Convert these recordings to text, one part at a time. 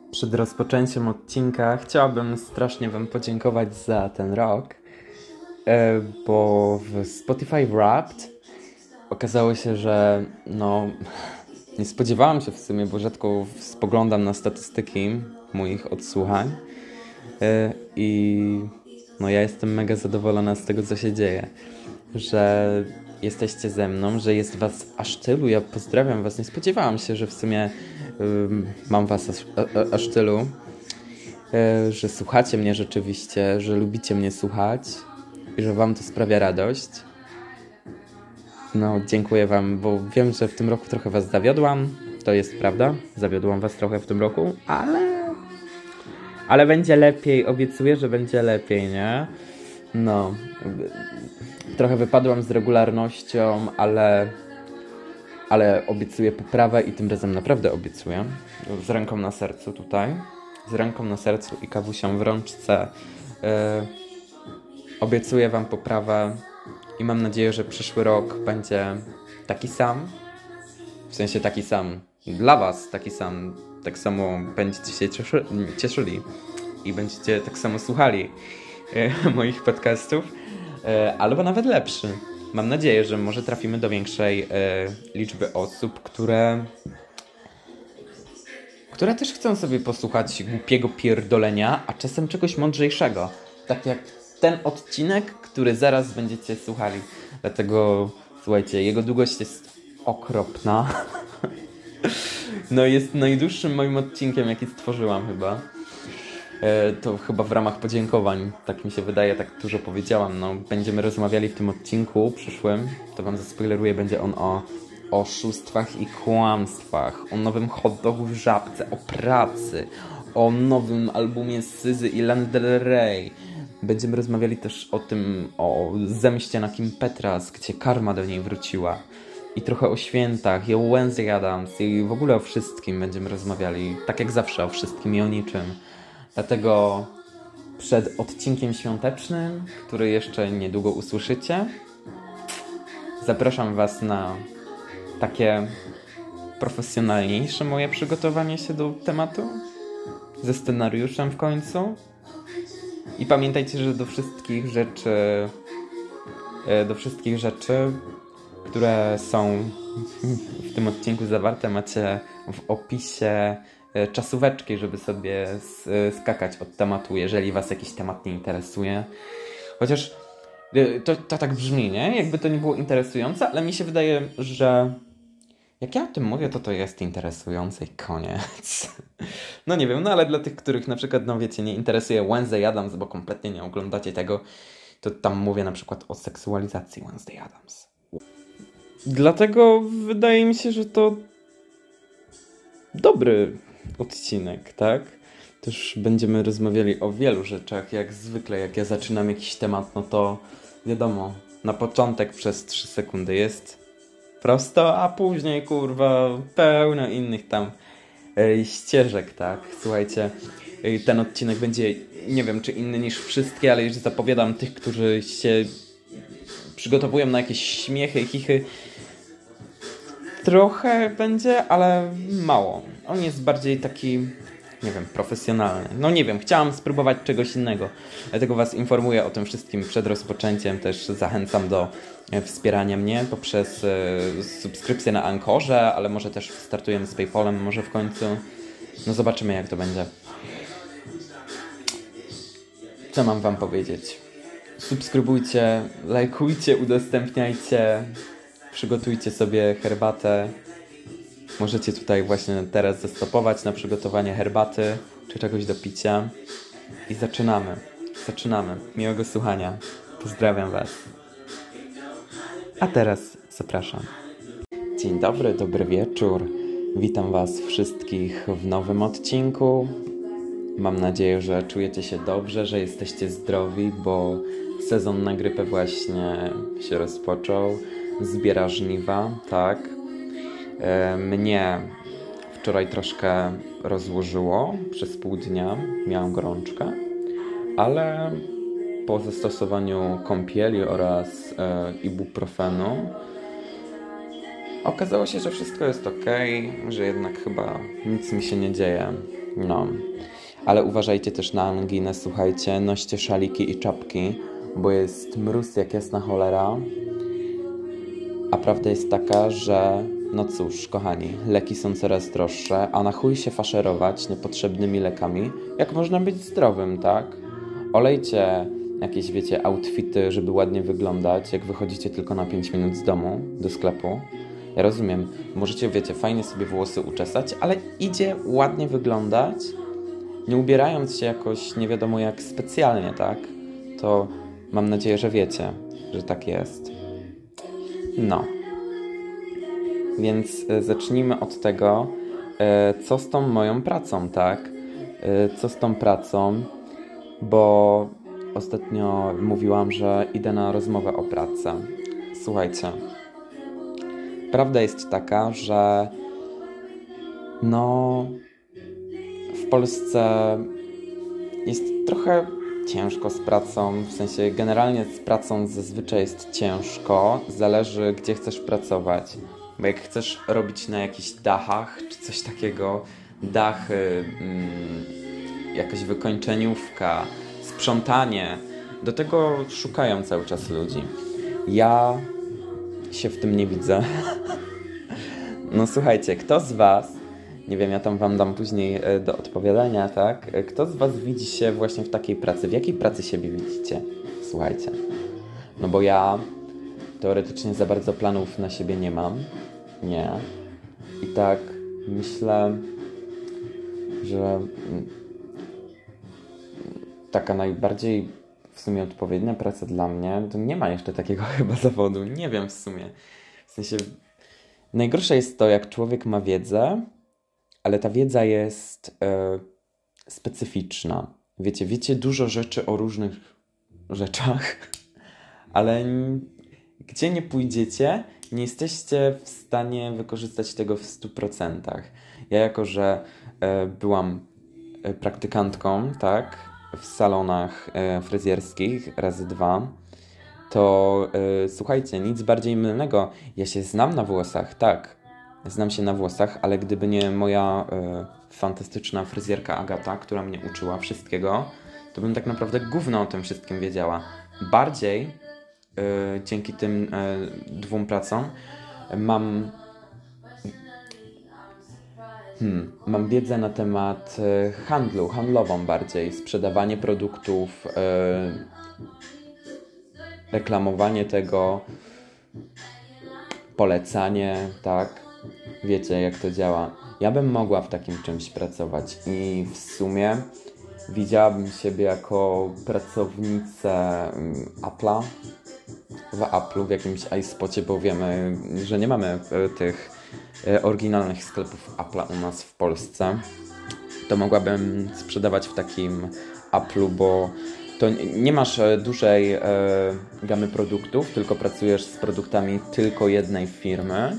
Przed rozpoczęciem odcinka chciałabym strasznie Wam podziękować za ten rok, bo w Spotify Wrapped okazało się, że nie spodziewałam się w sumie, bo rzadko spoglądam na statystyki moich odsłuchań i ja jestem mega zadowolona z tego, co się dzieje, że jesteście ze mną, że jest Was aż tylu. Ja pozdrawiam Was, nie spodziewałam się, że w sumie mam Was aż tylu, że słuchacie mnie rzeczywiście, że lubicie mnie słuchać i że Wam to sprawia radość. Dziękuję Wam, bo wiem, że w tym roku trochę Was zawiodłam, to jest prawda, zawiodłam Was trochę w tym roku, ale będzie lepiej, obiecuję, że będzie lepiej, nie? Trochę wypadłam z regularnością, ale obiecuję poprawę i tym razem naprawdę obiecuję. Z ręką na sercu tutaj. Z ręką na sercu i kawusią w rączce. Obiecuję Wam poprawę i mam nadzieję, że przyszły rok będzie taki sam. W sensie taki sam dla Was, taki sam. Tak samo będziecie się cieszyli i będziecie tak samo słuchali moich podcastów. Albo nawet lepszy. Mam nadzieję, że może trafimy do większej liczby osób, które też chcą sobie posłuchać głupiego pierdolenia, a czasem czegoś mądrzejszego. Tak jak ten odcinek, który zaraz będziecie słuchali. Dlatego, słuchajcie, jego długość jest okropna. Jest najdłuższym moim odcinkiem, jaki stworzyłam chyba. To chyba w ramach podziękowań, tak mi się wydaje, tak dużo powiedziałam. Będziemy rozmawiali w tym odcinku przyszłym, to Wam zaspoileruję, będzie on o oszustwach i kłamstwach, o nowym hot dogu w Żabce, o pracy, o nowym albumie SZY i Lany Del Rey. Będziemy rozmawiali też o tym, o zemście na Kim Petras, gdzie karma do niej wróciła. I trochę o świętach, i o Wednesday Addams, i w ogóle o wszystkim będziemy rozmawiali. Tak jak zawsze, o wszystkim i o niczym. Dlatego przed odcinkiem świątecznym, który jeszcze niedługo usłyszycie, zapraszam Was na takie profesjonalniejsze moje przygotowanie się do tematu, ze scenariuszem w końcu. I pamiętajcie, że do wszystkich rzeczy, które są w tym odcinku zawarte, macie w opisie czasóweczki, żeby sobie skakać od tematu, jeżeli Was jakiś temat nie interesuje. Chociaż to tak brzmi, nie? Jakby to nie było interesujące, ale mi się wydaje, że jak ja o tym mówię, to jest interesujące i koniec. Nie wiem, ale dla tych, których na przykład, wiecie, nie interesuje Wednesday Addams, bo kompletnie nie oglądacie tego, to tam mówię na przykład o seksualizacji Wednesday Addams. Dlatego wydaje mi się, że to dobry odcinek, tak? Też będziemy rozmawiali o wielu rzeczach, jak zwykle, jak ja zaczynam jakiś temat, to wiadomo, na początek przez 3 sekundy jest prosto, a później, pełno innych tam ścieżek, tak? Słuchajcie, ten odcinek będzie, nie wiem, czy inny niż wszystkie, ale już zapowiadam tych, którzy się przygotowują na jakieś śmiechy, chichy. Trochę będzie, ale mało. On jest bardziej taki, nie wiem, profesjonalny. Nie wiem, chciałam spróbować czegoś innego. Dlatego Was informuję o tym wszystkim przed rozpoczęciem. Też zachęcam do wspierania mnie poprzez subskrypcję na Anchorze, ale może też startujemy z PayPalem, może w końcu. Zobaczymy, jak to będzie. Co mam Wam powiedzieć? Subskrybujcie, lajkujcie, udostępniajcie. Przygotujcie sobie herbatę. Możecie tutaj właśnie teraz zastopować na przygotowanie herbaty czy czegoś do picia. I zaczynamy. Miłego słuchania. Pozdrawiam Was. A teraz zapraszam. Dzień dobry, dobry wieczór. Witam Was wszystkich w nowym odcinku. Mam nadzieję, że czujecie się dobrze, że jesteście zdrowi, bo sezon na grypę właśnie się rozpoczął. Zbiera żniwa, tak. Mnie wczoraj troszkę rozłożyło przez pół dnia. Miałem gorączkę, ale po zastosowaniu kąpieli oraz ibuprofenu okazało się, że wszystko jest okej, że jednak chyba nic mi się nie dzieje. No, ale uważajcie też na anginę, słuchajcie, noście szaliki i czapki, bo jest mróz jak jasna cholera, a prawda jest taka, że no cóż, kochani, leki są coraz droższe, a na chuj się faszerować niepotrzebnymi lekami, jak można być zdrowym, tak? Olejcie jakieś, wiecie, outfity, żeby ładnie wyglądać, jak wychodzicie tylko na 5 minut z domu do sklepu. Ja rozumiem, możecie, wiecie, fajnie sobie włosy uczesać, ale idzie ładnie wyglądać, nie ubierając się jakoś nie wiadomo jak specjalnie, tak? To mam nadzieję, że wiecie, że tak jest. No. Więc zacznijmy od tego, co z tą moją pracą, tak? Co z tą pracą, bo ostatnio mówiłam, że idę na rozmowę o pracę. Słuchajcie, prawda jest taka, że no w Polsce jest trochę ciężko z pracą, w sensie generalnie z pracą zazwyczaj jest ciężko, zależy gdzie chcesz pracować, bo jak chcesz robić na jakichś dachach czy coś takiego, dachy, jakaś wykończeniówka, sprzątanie, do tego szukają cały czas ludzi. Ja się w tym nie widzę. No słuchajcie, kto z was, nie wiem, ja tam wam dam później do odpowiadania, tak? Kto z was widzi się właśnie w takiej pracy? W jakiej pracy siebie widzicie? Słuchajcie. No bo ja teoretycznie za bardzo planów na siebie nie mam. Nie. I tak myślę, że taka najbardziej w sumie odpowiednia praca dla mnie, to nie ma jeszcze takiego chyba zawodu. Nie wiem w sumie. W sensie najgorsze jest to, jak człowiek ma wiedzę, ale ta wiedza jest specyficzna. Wiecie dużo rzeczy o różnych rzeczach, ale gdzie nie pójdziecie, nie jesteście w stanie wykorzystać tego w 100%. Ja jako, że byłam praktykantką, tak, w salonach fryzjerskich razy 2, to słuchajcie, nic bardziej mylnego. Ja się znam na włosach, tak. Znam się na włosach, ale gdyby nie moja fantastyczna fryzjerka Agata, która mnie uczyła wszystkiego, to bym tak naprawdę gówno o tym wszystkim wiedziała. Bardziej dzięki tym 2 pracom mam wiedzę na temat handlową bardziej, sprzedawanie produktów, reklamowanie tego, polecanie, tak? Wiecie, jak to działa. Ja bym mogła w takim czymś pracować i w sumie widziałabym siebie jako pracownicę Apple'a, w Apple'u, w jakimś iSpocie, bo wiemy, że nie mamy tych oryginalnych sklepów Apple'a u nas w Polsce. To mogłabym sprzedawać w takim Apple'u, bo to nie masz dużej gamy produktów, tylko pracujesz z produktami tylko jednej firmy.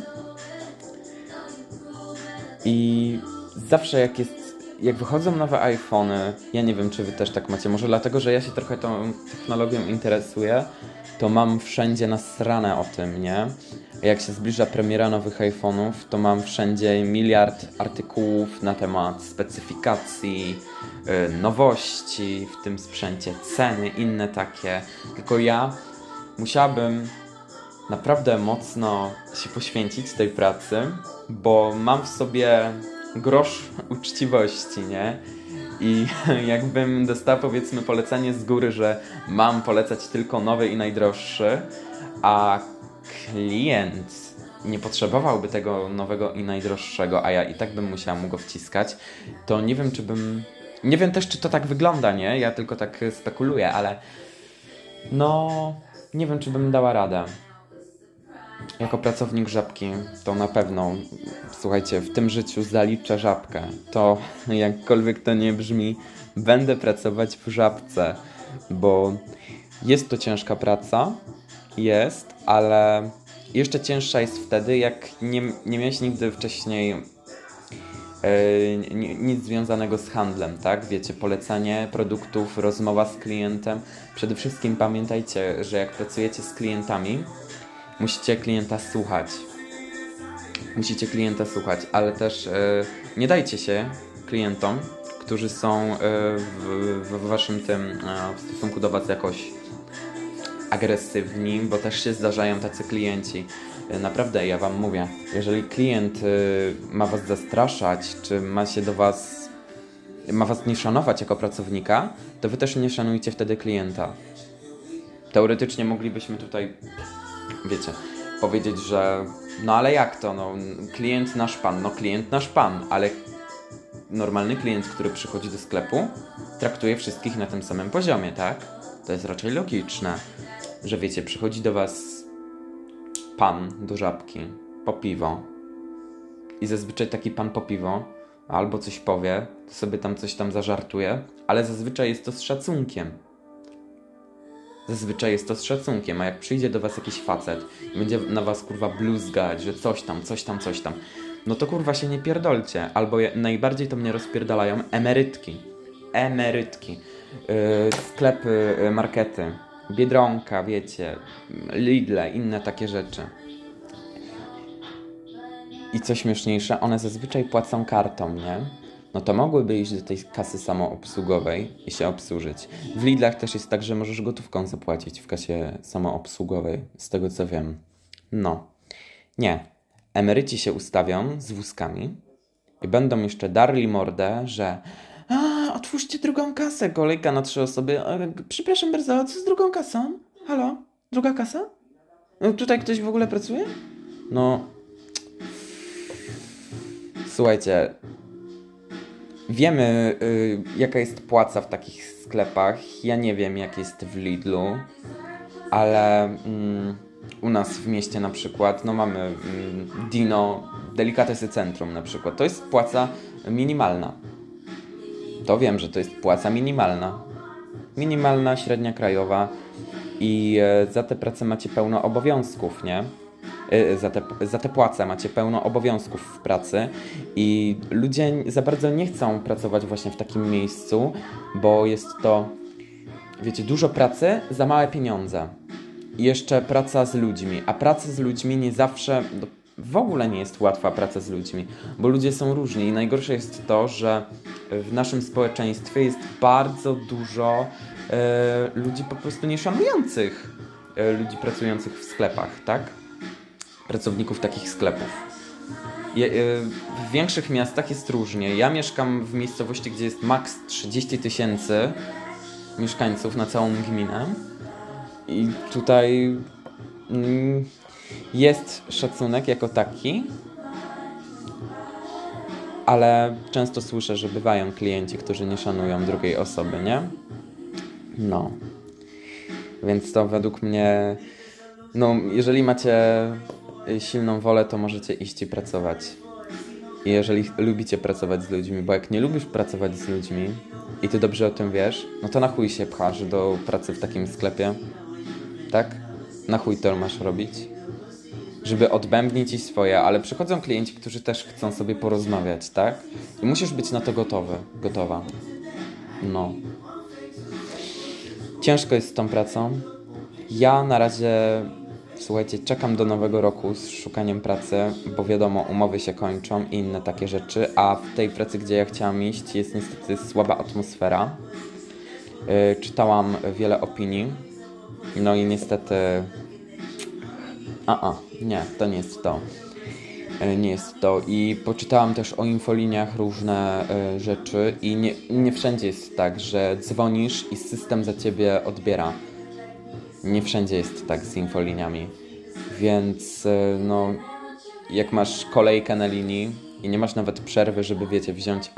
I zawsze jak wychodzą nowe iPhony, ja nie wiem, czy wy też tak macie, może dlatego, że ja się trochę tą technologią interesuję, to mam wszędzie nasrane o tym, nie? Jak się zbliża premiera nowych iPhone'ów, to mam wszędzie miliard artykułów na temat specyfikacji, nowości w tym sprzęcie, ceny, inne takie. Tylko ja musiałabym naprawdę mocno się poświęcić tej pracy, bo mam w sobie grosz uczciwości, nie? I jakbym dostał, powiedzmy, polecenie z góry, że mam polecać tylko nowy i najdroższy, a klient nie potrzebowałby tego nowego i najdroższego, a ja i tak bym musiała mu go wciskać, to nie wiem, nie wiem też, czy to tak wygląda, nie? Ja tylko tak spekuluję, ale no, nie wiem, czy bym dała radę. Jako pracownik Żabki to na pewno, słuchajcie, w tym życiu zaliczę Żabkę. To jakkolwiek to nie brzmi, będę pracować w Żabce, bo jest to ciężka praca, ale jeszcze cięższa jest wtedy, jak nie miałeś nigdy wcześniej nic związanego z handlem, tak? Wiecie, polecanie produktów, rozmowa z klientem. Przede wszystkim pamiętajcie, że jak pracujecie z klientami, musicie klienta słuchać. ale też nie dajcie się klientom, którzy są w waszym tym, w stosunku do was jakoś agresywni, bo też się zdarzają tacy klienci. Naprawdę, ja wam mówię, jeżeli klient ma was zastraszać, czy ma was nie szanować jako pracownika, to wy też nie szanujcie wtedy klienta. Teoretycznie moglibyśmy tutaj, wiecie, powiedzieć, że no ale jak to, no klient nasz pan, ale normalny klient, który przychodzi do sklepu, traktuje wszystkich na tym samym poziomie, tak? To jest raczej logiczne, że wiecie, przychodzi do was pan do Żabki po piwo i zazwyczaj taki pan po piwo albo coś powie, to sobie tam coś tam zażartuje, ale zazwyczaj jest to z szacunkiem. A jak przyjdzie do was jakiś facet i będzie na was kurwa bluzgać, że coś tam, no to kurwa się nie pierdolcie. Albo najbardziej to mnie rozpierdalają emerytki. Sklepy, markety, Biedronka, wiecie, Lidle, inne takie rzeczy. I co śmieszniejsze, one zazwyczaj płacą kartą, nie? No to mogłyby iść do tej kasy samoobsługowej i się obsłużyć. W Lidlach też jest tak, że możesz gotówką zapłacić w kasie samoobsługowej, z tego co wiem. No. Nie. Emeryci się ustawią z wózkami i będą jeszcze darli mordę, że otwórzcie drugą kasę, kolejka na 3 osoby. Przepraszam bardzo, co z drugą kasą? Halo? Druga kasa? Tutaj ktoś w ogóle pracuje? No... Słuchajcie, wiemy jaka jest płaca w takich sklepach. Ja nie wiem jak jest w Lidlu, ale u nas w mieście na przykład, no mamy Dino, Delikatesy Centrum na przykład. To jest płaca minimalna. To wiem, że to jest płaca minimalna. Minimalna, średnia krajowa i za tę pracę macie pełno obowiązków, nie? Za tę płacę macie pełno obowiązków w pracy i ludzie za bardzo nie chcą pracować właśnie w takim miejscu, bo jest to, wiecie, dużo pracy za małe pieniądze. I jeszcze praca z ludźmi, a praca z ludźmi nie zawsze, w ogóle nie jest łatwa praca z ludźmi, bo ludzie są różni i najgorsze jest to, że w naszym społeczeństwie jest bardzo dużo ludzi po prostu nieszanujących ludzi pracujących w sklepach, tak? Pracowników takich sklepów. W większych miastach jest różnie. Ja mieszkam w miejscowości, gdzie jest maks 30 000 mieszkańców na całą gminę i tutaj jest szacunek jako taki, ale często słyszę, że bywają klienci, którzy nie szanują drugiej osoby, nie? No. Więc to według mnie, no jeżeli macie silną wolę, to możecie iść i pracować. I jeżeli lubicie pracować z ludźmi, bo jak nie lubisz pracować z ludźmi i ty dobrze o tym wiesz, no to na chuj się pchasz do pracy w takim sklepie, tak? Na chuj to masz robić, żeby odbębnić ci swoje, ale przychodzą klienci, którzy też chcą sobie porozmawiać, tak? I musisz być na to gotowa. No. Ciężko jest z tą pracą. Ja na razie, słuchajcie, czekam do nowego roku z szukaniem pracy, bo wiadomo, umowy się kończą i inne takie rzeczy, a w tej pracy, gdzie ja chciałam iść, jest niestety słaba atmosfera. Czytałam wiele opinii, no i niestety... nie, to nie jest to. Nie jest to. I poczytałam też o infoliniach różne rzeczy i nie wszędzie jest tak, że dzwonisz i system za ciebie odbiera. Nie wszędzie jest tak z infoliniami. Więc no, jak masz kolejkę na linii i nie masz nawet przerwy, żeby, wiecie, wziąć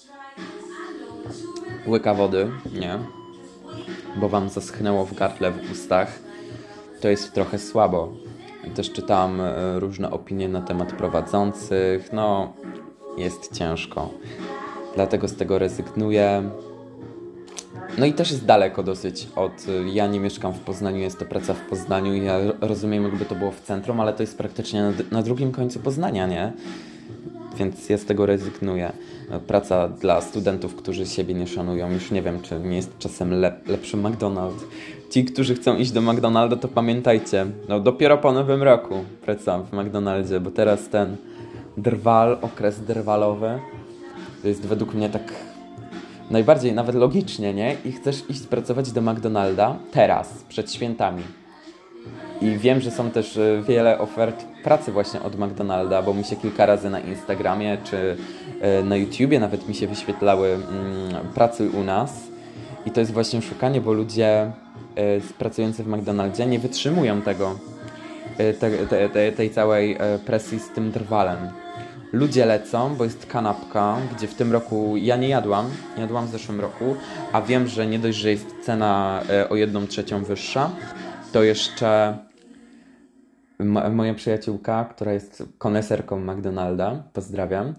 łyka wody, nie? Bo wam zaschnęło w gardle, w ustach, to jest trochę słabo. Też czytałam różne opinie na temat prowadzących. No, jest ciężko. Dlatego z tego rezygnuję. No i też jest daleko dosyć ja nie mieszkam w Poznaniu, jest to praca w Poznaniu i ja rozumiem, jakby to było w centrum, ale to jest praktycznie na drugim końcu Poznania, nie? Więc ja z tego rezygnuję. Praca dla studentów, którzy siebie nie szanują. Już nie wiem, czy nie jest czasem lepszy McDonald's. Ci, którzy chcą iść do McDonalda, to pamiętajcie, no dopiero po nowym roku pracowałam w McDonaldzie, bo teraz ten okres drwalowy, to jest według mnie tak Najbardziej, nawet logicznie, nie? I chcesz iść pracować do McDonalda teraz, przed świętami. I wiem, że są też wiele ofert pracy właśnie od McDonalda, bo mi się kilka razy na Instagramie czy na YouTubie nawet mi się wyświetlały pracuj u nas. I to jest właśnie szukanie, bo ludzie pracujący w McDonaldzie nie wytrzymują tego, tej całej presji z tym drwalem. Ludzie lecą, bo jest kanapka, gdzie w tym roku ja nie jadłam w zeszłym roku, a wiem, że nie dość, że jest cena o 1/3 wyższa, to jeszcze moja przyjaciółka, która jest koneserką McDonalda, pozdrawiam,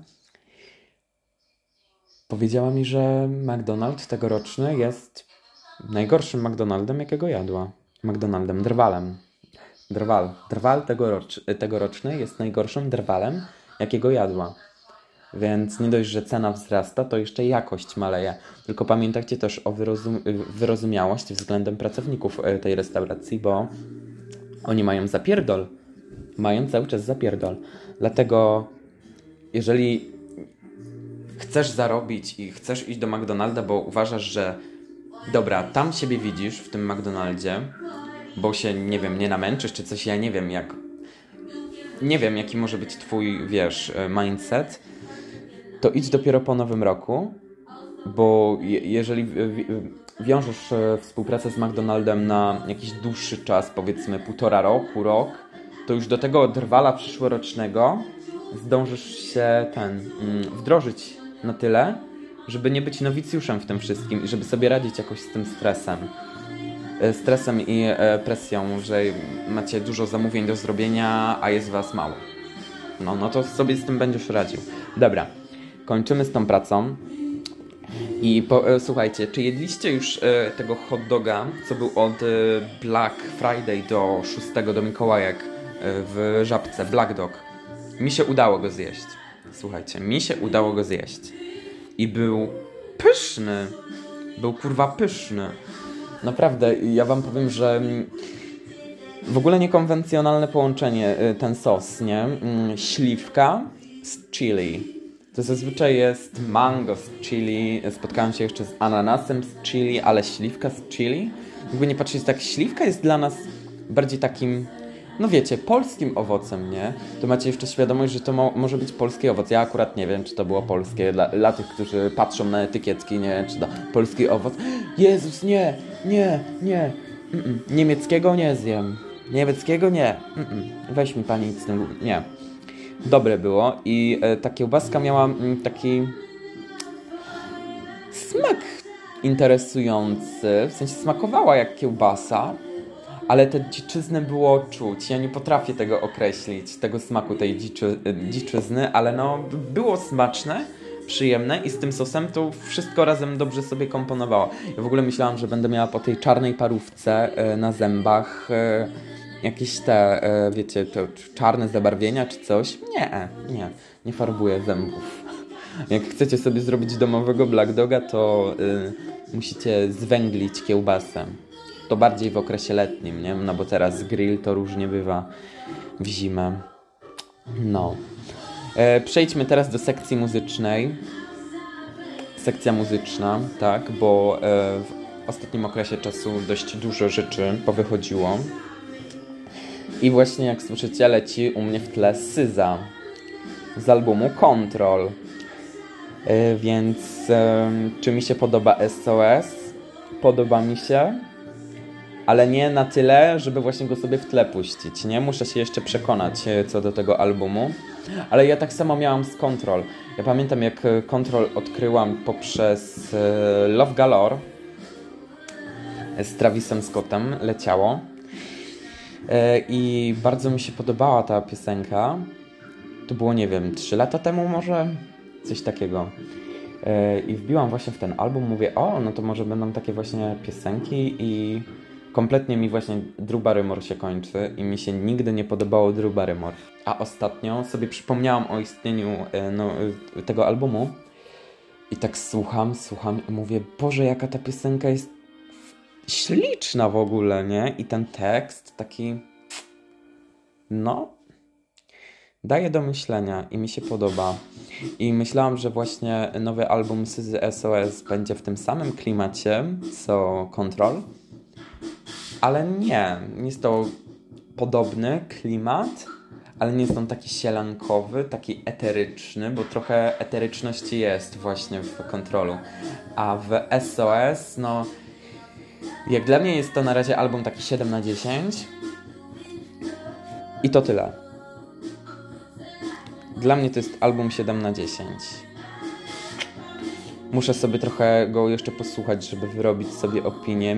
powiedziała mi, że McDonald's tegoroczny jest najgorszym McDonaldem, jakiego jadła. McDonaldem, drwalem. Drwal tegoroczny jest najgorszym drwalem, jakiego jadła. Więc nie dość, że cena wzrasta, to jeszcze jakość maleje. Tylko pamiętajcie też o wyrozumiałość względem pracowników tej restauracji, bo oni mają zapierdol. Mają cały czas zapierdol. Dlatego jeżeli chcesz zarobić i chcesz iść do McDonalda, bo uważasz, że dobra, tam siebie widzisz w tym McDonaldzie, bo się, nie wiem, nie namęczysz czy coś, ja nie wiem jak... Nie wiem, jaki może być twój, wiesz, mindset, to idź dopiero po nowym roku, bo jeżeli wiążesz współpracę z McDonaldem na jakiś dłuższy czas, powiedzmy 1,5 roku, rok, to już do tego drwala przyszłorocznego zdążysz się wdrożyć na tyle, żeby nie być nowicjuszem w tym wszystkim i żeby sobie radzić jakoś z tym stresem i presją, że macie dużo zamówień do zrobienia, a jest was mało. No to sobie z tym będziesz radził. Dobra, kończymy z tą pracą. I słuchajcie, czy jedliście już tego hot doga, co był od Black Friday do 6 do Mikołajek w Żabce, Black Dog? Mi się udało go zjeść. Słuchajcie, mi się udało go zjeść. I był pyszny. Był kurwa pyszny. Naprawdę, ja wam powiem, że w ogóle niekonwencjonalne połączenie, ten sos, nie? Śliwka z chili. To zazwyczaj jest mango z chili, spotkałem się jeszcze z ananasem z chili, ale śliwka z chili? Jakby nie patrzeć, tak śliwka jest dla nas bardziej takim, no wiecie, polskim owocem, nie? To macie jeszcze świadomość, że to może być polski owoc. Ja akurat nie wiem, czy to było polskie. Dla tych, którzy patrzą na etykietki, nie, czy to polski owoc. Jezus, nie. Niemieckiego nie zjem. Niemieckiego nie. Weź mi pani z tym, nie. Dobre było i ta kiełbaska miała taki smak interesujący, w sensie smakowała jak kiełbasa, ale te dziczyzny było czuć. Ja nie potrafię tego określić, tego smaku tej dziczyzny, ale no było smaczne, przyjemne i z tym sosem to wszystko razem dobrze sobie komponowało. Ja w ogóle myślałam, że będę miała po tej czarnej parówce na zębach jakieś te, wiecie, to czarne zabarwienia czy coś. Nie farbuję zębów. Jak chcecie sobie zrobić domowego Black Doga, to musicie zwęglić kiełbasę. To bardziej w okresie letnim, nie? No bo teraz grill to różnie bywa w zimę. No. Przejdźmy teraz do sekcji muzycznej. Sekcja muzyczna, tak, bo w ostatnim okresie czasu dość dużo rzeczy powychodziło. I właśnie jak słyszycie, leci u mnie w tle SZA z albumu Control. Więc czy mi się podoba SOS? Podoba mi się, ale nie na tyle, żeby właśnie go sobie w tle puścić, nie? Muszę się jeszcze przekonać co do tego albumu. Ale ja tak samo miałam z Control. Ja pamiętam, jak Control odkryłam poprzez Love Galore z Travisem Scottem, leciało. I bardzo mi się podobała ta piosenka. To było, nie wiem, 3 lata temu może? Coś takiego. I wbiłam właśnie w ten album, mówię, no to może będą takie właśnie piosenki i kompletnie mi właśnie Drew Barrymore się kończy i mi się nigdy nie podobało Drew Barrymore. A ostatnio sobie przypomniałam o istnieniu tego albumu i tak słucham i mówię, Boże, jaka ta piosenka jest śliczna w ogóle, nie? I ten tekst taki, no, daje do myślenia i mi się podoba. I myślałam, że właśnie nowy album Syzy SOS będzie w tym samym klimacie co Control, ale nie. Jest to podobny klimat, ale nie jest on taki sielankowy, taki eteryczny, bo trochę eteryczności jest właśnie w Controlu. A w SOS, no jak dla mnie jest to na razie album taki 7/10 i to tyle. Dla mnie to jest album 7/10. Muszę sobie trochę go jeszcze posłuchać, żeby wyrobić sobie opinię.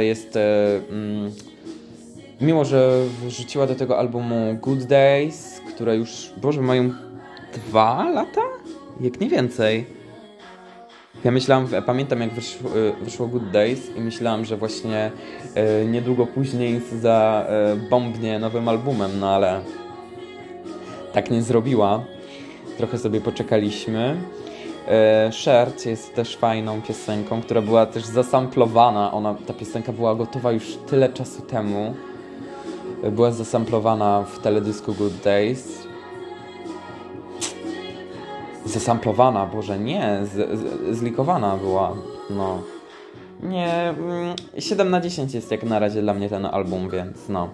Miło, że wrzuciła do tego albumu Good Days, które już, Boże, mają 2 lata? Jak nie więcej. Ja pamiętam jak wyszło Good Days i myślałam, że właśnie niedługo później Syza bombnie nowym albumem, no ale tak nie zrobiła. Trochę sobie poczekaliśmy. Shirt jest też fajną piosenką, która była też zasamplowana. Ta piosenka była gotowa już tyle czasu temu. Była zasamplowana w teledysku Good Days. Zasamplowana, Boże, nie, zlikowana była, no. Nie, 7/10 jest jak na razie dla mnie ten album, więc no.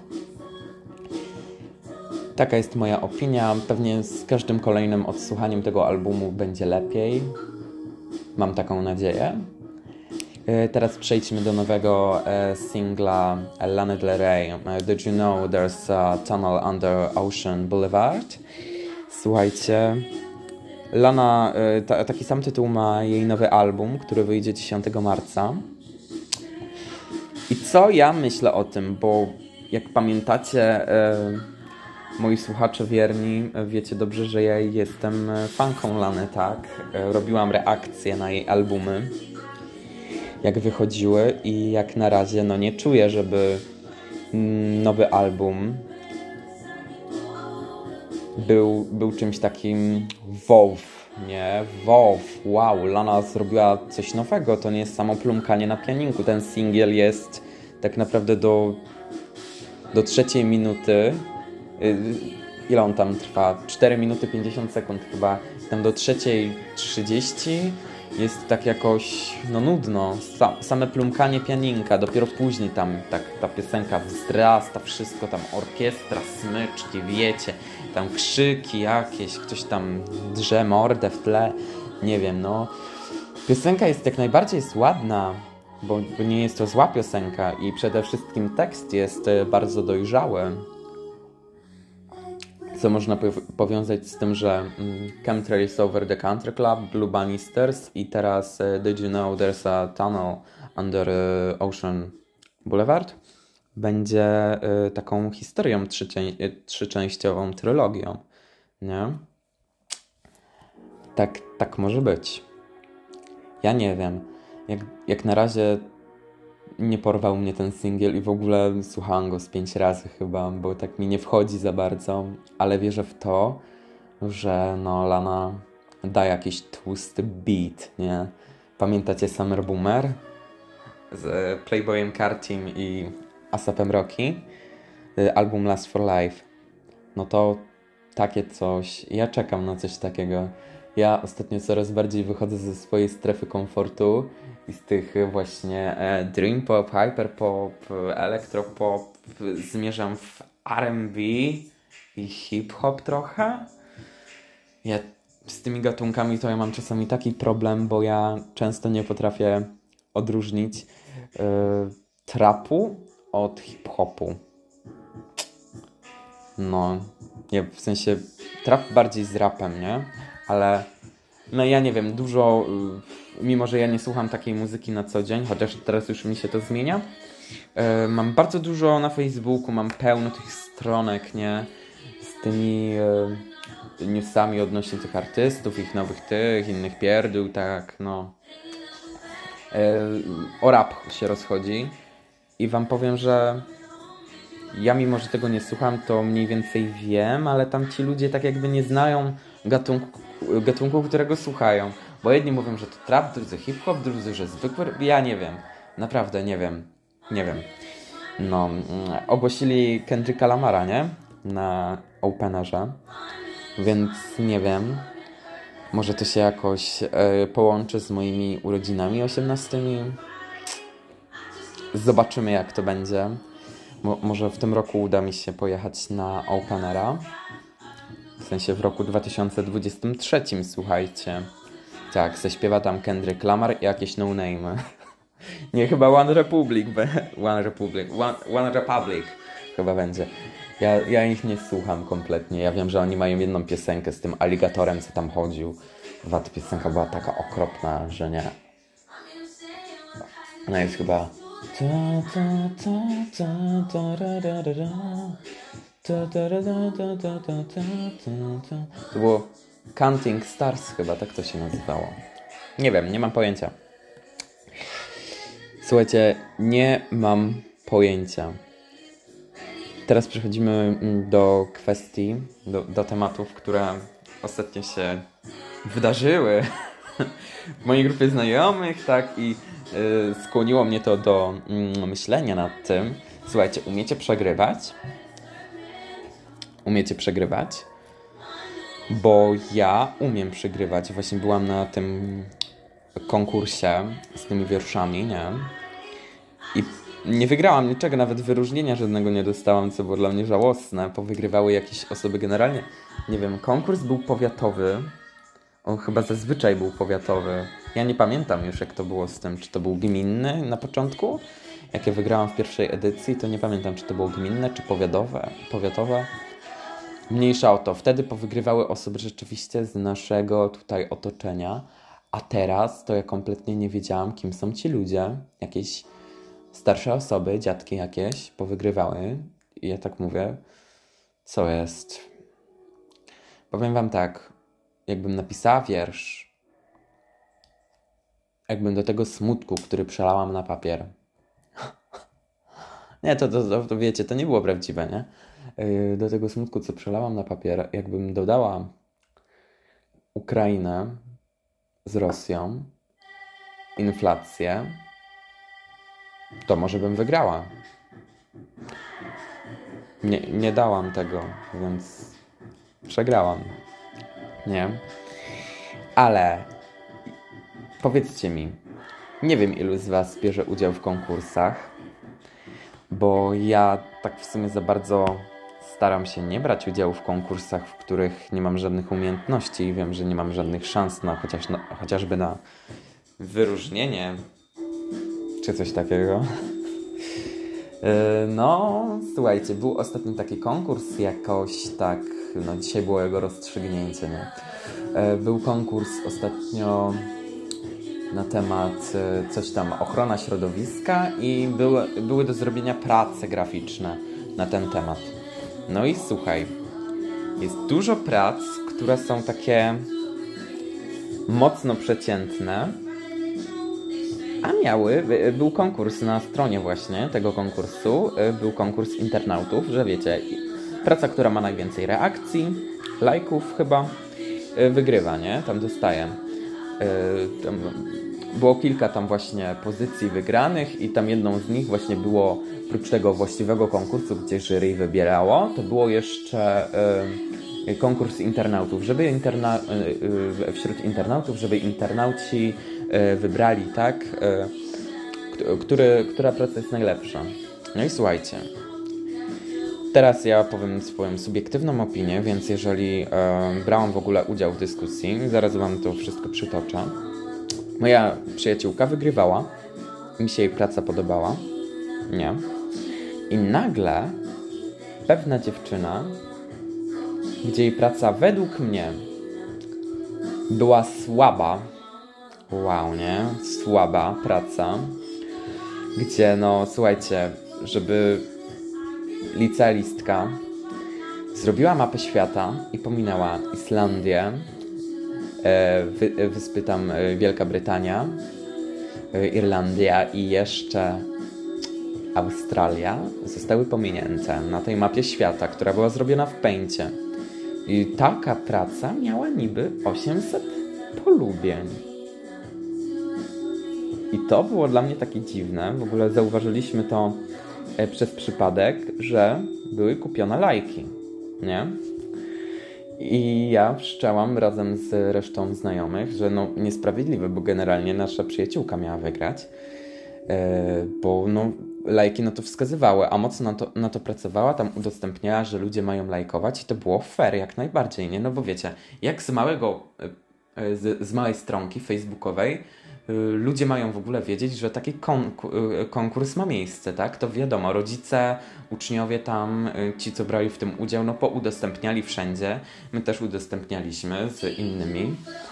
Taka jest moja opinia. Pewnie z każdym kolejnym odsłuchaniem tego albumu będzie lepiej. Mam taką nadzieję. Teraz przejdźmy do nowego singla Lana Del Rey. Did you know there's a tunnel under Ocean Boulevard? Słuchajcie, Lana, taki sam tytuł ma jej nowy album, który wyjdzie 10 marca. I co ja myślę o tym, bo jak pamiętacie, moi słuchacze wierni, wiecie dobrze, że ja jestem fanką Lany, tak? Robiłam reakcje na jej albumy, jak wychodziły i jak na razie no nie czuję, żeby nowy album był czymś takim wow, nie? Wow, Lana zrobiła coś nowego, to nie jest samo plumkanie na pianinku. Ten singiel jest tak naprawdę do 3 minuty. Ile on tam trwa? 4 minuty 50 sekund chyba. Tam do 3:30 jest tak jakoś, no nudno. Same plumkanie pianinka. Dopiero później tam tak ta piosenka wzrasta, wszystko tam, orkiestra, smyczki, wiecie, tam krzyki jakieś, ktoś tam drze mordę w tle. Nie wiem, no. Piosenka jest najbardziej ładna, bo nie jest to zła piosenka i przede wszystkim tekst jest bardzo dojrzały. Co można powiązać z tym, że Chemtrails Over the Country Club, Blue Bannisters i teraz Did you know there's a tunnel under Ocean Boulevard będzie taką historią trzyczęściową, trylogią, nie? Tak może być. Ja nie wiem. Jak na razie nie porwał mnie ten singiel i w ogóle słuchałam go z 5 razy chyba, bo tak mi nie wchodzi za bardzo, ale wierzę w to, że no Lana da jakiś tłusty beat, nie? Pamiętacie Summer Boomer z Playboyem Cartim i A$APem Rocky? Album Last for Life. No to takie coś. Ja czekam na coś takiego. Ja ostatnio coraz bardziej wychodzę ze swojej strefy komfortu i z tych właśnie dream pop, hyperpop, elektropop zmierzam w R&B i hip-hop trochę. Ja z tymi gatunkami to ja mam czasami taki problem, bo ja często nie potrafię odróżnić trapu od hip-hopu. No, nie, w sensie trap bardziej z rapem, nie? Ale no ja nie wiem, dużo, mimo że ja nie słucham takiej muzyki na co dzień, chociaż teraz już mi się to zmienia, mam bardzo dużo na Facebooku, mam pełno tych stronek, nie? Z tymi newsami odnośnie tych artystów, ich nowych innych pierdół, tak, no. O rap się rozchodzi i wam powiem, że ja mimo, że tego nie słucham, to mniej więcej wiem, ale tam ci ludzie tak jakby nie znają gatunku, którego słuchają. Bo jedni mówią, że to trap, drudzy hip-hop, drudzy, że zwykły. Ja nie wiem. Naprawdę nie wiem. Nie wiem. No, ogłosili Kendricka Lamara, nie? Na Openerze. Więc nie wiem. Może to się jakoś połączy z moimi urodzinami 18. Zobaczymy, jak to będzie. Może w tym roku uda mi się pojechać na Openera. W sensie w roku 2023, słuchajcie. Tak, zaśpiewa tam Kendrick Lamar i jakieś no name. Nie, chyba One Republic chyba będzie. Ja ich nie słucham kompletnie. Ja wiem, że oni mają jedną piosenkę z tym aligatorem, co tam chodził. Ta piosenka była taka okropna, że nie. No jest chyba... To było Counting Stars chyba, tak to się nazywało. Nie wiem, nie mam pojęcia. Słuchajcie, nie mam pojęcia. Teraz przechodzimy do kwestii, do tematów, które ostatnio się wydarzyły w mojej grupie znajomych, tak, i skłoniło mnie to do myślenia nad tym. Słuchajcie, umiecie przegrywać? Umiecie przegrywać? Bo ja umiem przegrywać. Właśnie byłam na tym konkursie z tymi wierszami, nie? I nie wygrałam niczego, nawet wyróżnienia żadnego nie dostałam, co było dla mnie żałosne. Powygrywały jakieś osoby generalnie. Nie wiem, konkurs był powiatowy. On chyba zazwyczaj był powiatowy. Ja nie pamiętam już, jak to było z tym. Czy to był gminny na początku? Jak ja wygrałam w pierwszej edycji, to nie pamiętam, czy to było gminne, czy powiatowe. Mniejsza o to. Wtedy powygrywały osoby rzeczywiście z naszego tutaj otoczenia. A teraz to ja kompletnie nie wiedziałam, kim są ci ludzie. Jakieś starsze osoby, dziadki jakieś powygrywały. I ja tak mówię, co jest? Powiem wam tak, jakbym napisała wiersz, jakbym do tego smutku, który przelałam na papier. Nie, to wiecie, to nie było prawdziwe, nie? Do tego smutku, co przelałam na papier, jakbym dodała Ukrainę z Rosją, inflację, to może bym wygrała. Nie dałam tego, więc przegrałam. Nie? Ale powiedzcie mi, nie wiem, ilu z was bierze udział w konkursach, bo ja tak w sumie za bardzo staram się nie brać udziału w konkursach, w których nie mam żadnych umiejętności i wiem, że nie mam żadnych szans chociażby na wyróżnienie czy coś takiego. No, słuchajcie, był ostatni taki konkurs jakoś tak, no dzisiaj było jego rozstrzygnięcie, nie? Był konkurs ostatnio na temat coś tam ochrona środowiska i były do zrobienia prace graficzne na ten temat. No i słuchaj, jest dużo prac, które są takie mocno przeciętne, a był konkurs na stronie właśnie tego konkursu, był konkurs internautów, że wiecie, praca, która ma najwięcej reakcji, lajków chyba, wygrywa, nie? Tam dostaje. Tam było kilka tam właśnie pozycji wygranych i tam jedną z nich właśnie było, oprócz tego właściwego konkursu, gdzie jury wybierało, to było jeszcze konkurs internautów, wśród internautów, żeby internauci wybrali, tak, która praca jest najlepsza. No i słuchajcie, teraz ja powiem swoją subiektywną opinię, więc jeżeli brałam w ogóle udział w dyskusji, zaraz wam to wszystko przytoczę. Moja przyjaciółka wygrywała, mi się jej praca podobała, nie? I nagle pewna dziewczyna, gdzie jej praca według mnie była słaba, wow, nie? Słaba praca, gdzie no słuchajcie, żeby licealistka zrobiła mapę świata i pominęła Islandię, wyspy tam Wielka Brytania, Irlandia i jeszcze Australia zostały pominięte na tej mapie świata, która była zrobiona w Paincie. I taka praca miała niby 800 polubień. I to było dla mnie takie dziwne. W ogóle zauważyliśmy to przez przypadek, że były kupione lajki, nie? I ja wszczęłam razem z resztą znajomych, że no niesprawiedliwe, bo generalnie nasza przyjaciółka miała wygrać, bo no lajki na to wskazywały, a mocno na to pracowała, tam udostępniała, że ludzie mają lajkować i to było fair jak najbardziej, nie? No bo wiecie, jak z małej stronki facebookowej ludzie mają w ogóle wiedzieć, że taki konkurs ma miejsce, tak? To wiadomo, rodzice, uczniowie tam, ci co brali w tym udział, no poudostępniali wszędzie. My też udostępnialiśmy z innymi.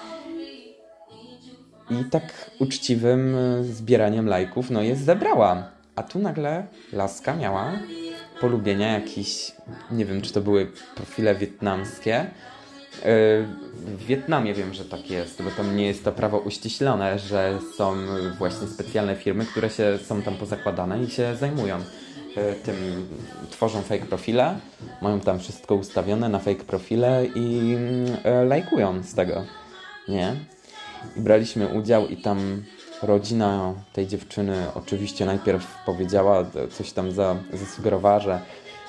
I tak uczciwym zbieraniem lajków, no je zebrała. A tu nagle laska miała polubienia jakieś, nie wiem czy to były profile wietnamskie. W Wietnamie wiem, że tak jest, bo tam nie jest to prawo uściślone, że są właśnie specjalne firmy, które są tam pozakładane i się zajmują tym, tworzą fake profile, mają tam wszystko ustawione na fake profile i lajkują z tego, nie? I braliśmy udział i tam rodzina tej dziewczyny oczywiście najpierw powiedziała, coś tam zasugerowała, że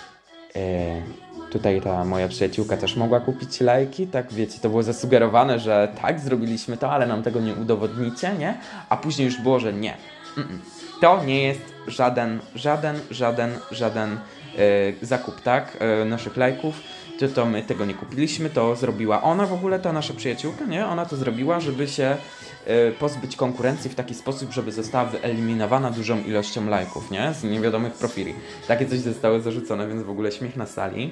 tutaj ta moja przyjaciółka też mogła kupić lajki, tak wiecie, to było zasugerowane, że tak, zrobiliśmy to, ale nam tego nie udowodnicie, nie? A później już było, że nie. To nie jest żaden zakup, tak? Naszych lajków. To my tego nie kupiliśmy, to zrobiła ona w ogóle, ta nasza przyjaciółka, nie? Ona to zrobiła, żeby się pozbyć konkurencji w taki sposób, żeby została wyeliminowana dużą ilością lajków, nie? Z niewiadomych profili. Takie coś zostało zarzucone, więc w ogóle śmiech na sali.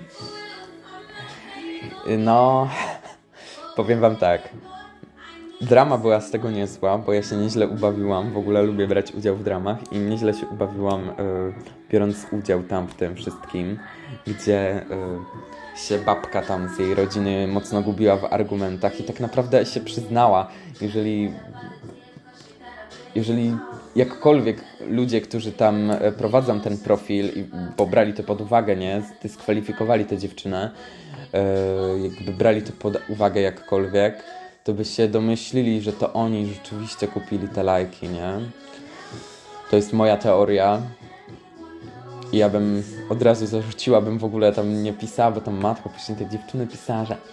No, powiem wam tak. Drama była z tego niezła, bo ja się nieźle ubawiłam. W ogóle lubię brać udział w dramach i nieźle się ubawiłam, biorąc udział tam w tym wszystkim, gdzie się babka tam z jej rodziny mocno gubiła w argumentach i tak naprawdę się przyznała, jeżeli jakkolwiek ludzie, którzy tam prowadzą ten profil i pobrali to pod uwagę, nie, dyskwalifikowali tę dziewczynę, jakby brali to pod uwagę jakkolwiek, to by się domyślili, że to oni rzeczywiście kupili te lajki, nie? To jest moja teoria. I ja bym od razu zarzuciła, bym w ogóle tam nie pisała, bo tam matka później tej dziewczyny pisała, że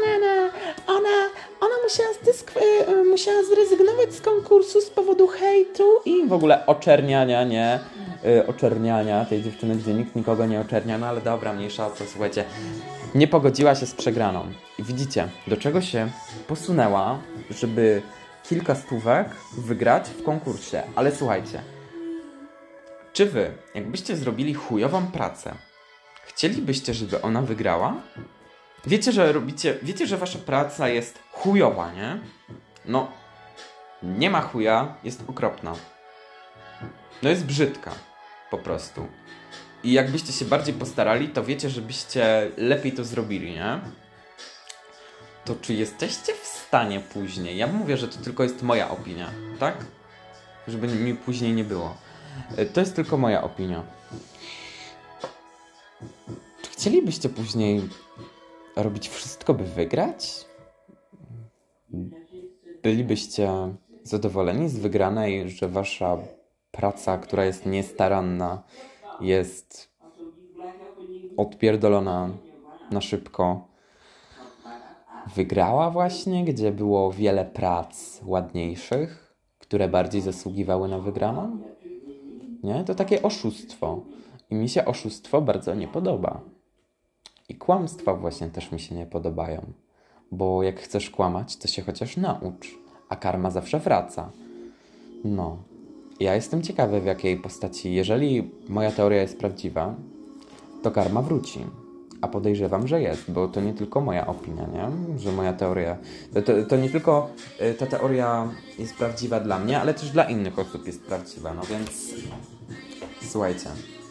ona musiała zrezygnować z konkursu z powodu hejtu i w ogóle oczerniania, nie? Oczerniania tej dziewczyny, gdzie nikt nikogo nie oczernia, no ale dobra, mniejsza o to, słuchajcie. Nie pogodziła się z przegraną. I widzicie, do czego się posunęła, żeby kilka stówek wygrać w konkursie. Ale słuchajcie, czy wy, jakbyście zrobili chujową pracę, chcielibyście, żeby ona wygrała? Wiecie, że wasza praca jest chujowa, nie? No, nie ma chuja, jest okropna. No jest brzydka, po prostu. I jakbyście się bardziej postarali, to wiecie, żebyście lepiej to zrobili, nie? To czy jesteście w stanie później, ja mówię, że to tylko jest moja opinia, tak? Żeby mi później nie było. To jest tylko moja opinia. Czy chcielibyście później robić wszystko, by wygrać? Bylibyście zadowoleni z wygranej, że wasza praca, która jest niestaranna, jest odpierdolona na szybko, wygrała właśnie, gdzie było wiele prac ładniejszych, które bardziej zasługiwały na wygraną? Nie? To takie oszustwo. I mi się oszustwo bardzo nie podoba. I kłamstwa właśnie też mi się nie podobają. Bo jak chcesz kłamać, to się chociaż naucz. A karma zawsze wraca. No. Ja jestem ciekawy, w jakiej postaci. Jeżeli moja teoria jest prawdziwa, to karma wróci. A podejrzewam, że jest, bo to nie tylko moja opinia, nie? Że moja teoria... To nie tylko ta teoria jest prawdziwa dla mnie, ale też dla innych osób jest prawdziwa. No więc... Słuchajcie.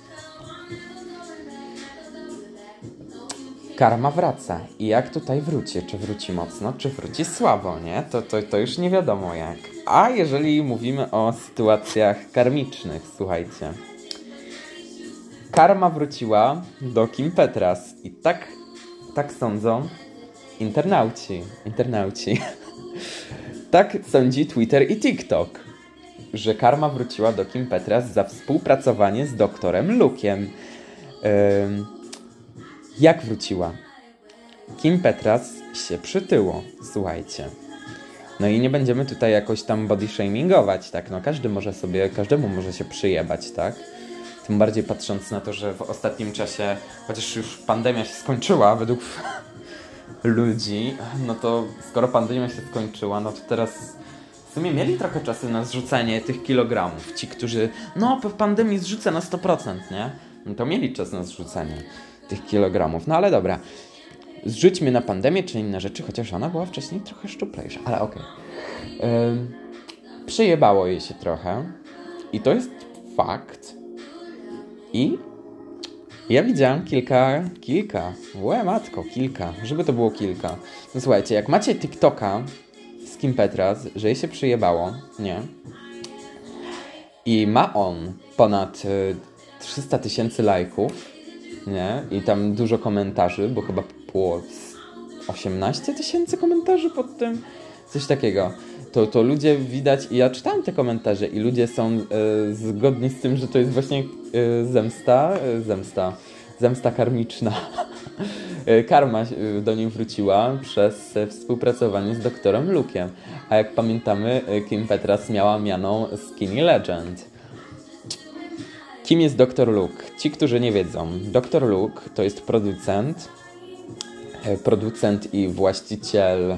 Karma wraca. I jak tutaj wróci? Czy wróci mocno, czy wróci słabo, nie? To już nie wiadomo jak. A jeżeli mówimy o sytuacjach karmicznych, słuchajcie. Karma wróciła do Kim Petras. I tak sądzą internauci. Tak sądzi Twitter i TikTok, że karma wróciła do Kim Petras za współpracowanie z doktorem Luke'iem. Jak wróciła? Kim Petras się przytyło, słuchajcie. No i nie będziemy tutaj jakoś tam body shamingować, tak? No każdemu może się przyjebać, tak? Tym bardziej patrząc na to, że w ostatnim czasie, chociaż już pandemia się skończyła według ludzi, no to skoro pandemia się skończyła, no to teraz w sumie mieli trochę czasu na zrzucenie tych kilogramów. Ci, którzy, no po pandemii zrzucę na 100%, nie? No to mieli czas na zrzucenie tych kilogramów. No ale dobra, zrzućmy na pandemię czy inne rzeczy, chociaż ona była wcześniej trochę szczuplejsza, ale okej. Przyjebało jej się trochę i to jest fakt. I ja widziałam kilka, żeby to było kilka. No słuchajcie, jak macie TikToka z Kim Petras, że jej się przyjebało, nie? I ma on ponad 300 000 lajków, nie? I tam dużo komentarzy, bo chyba było 18 000 komentarzy pod tym, coś takiego. To ludzie widać, i ja czytałem te komentarze i ludzie są zgodni z tym, że to jest właśnie zemsta karmiczna. Karma do niej wróciła przez współpracowanie z doktorem Luke'iem. A jak pamiętamy, Kim Petras miała miano Skinny Legend. Kim jest Dr. Luke? Ci, którzy nie wiedzą. Dr. Luke to jest producent i właściciel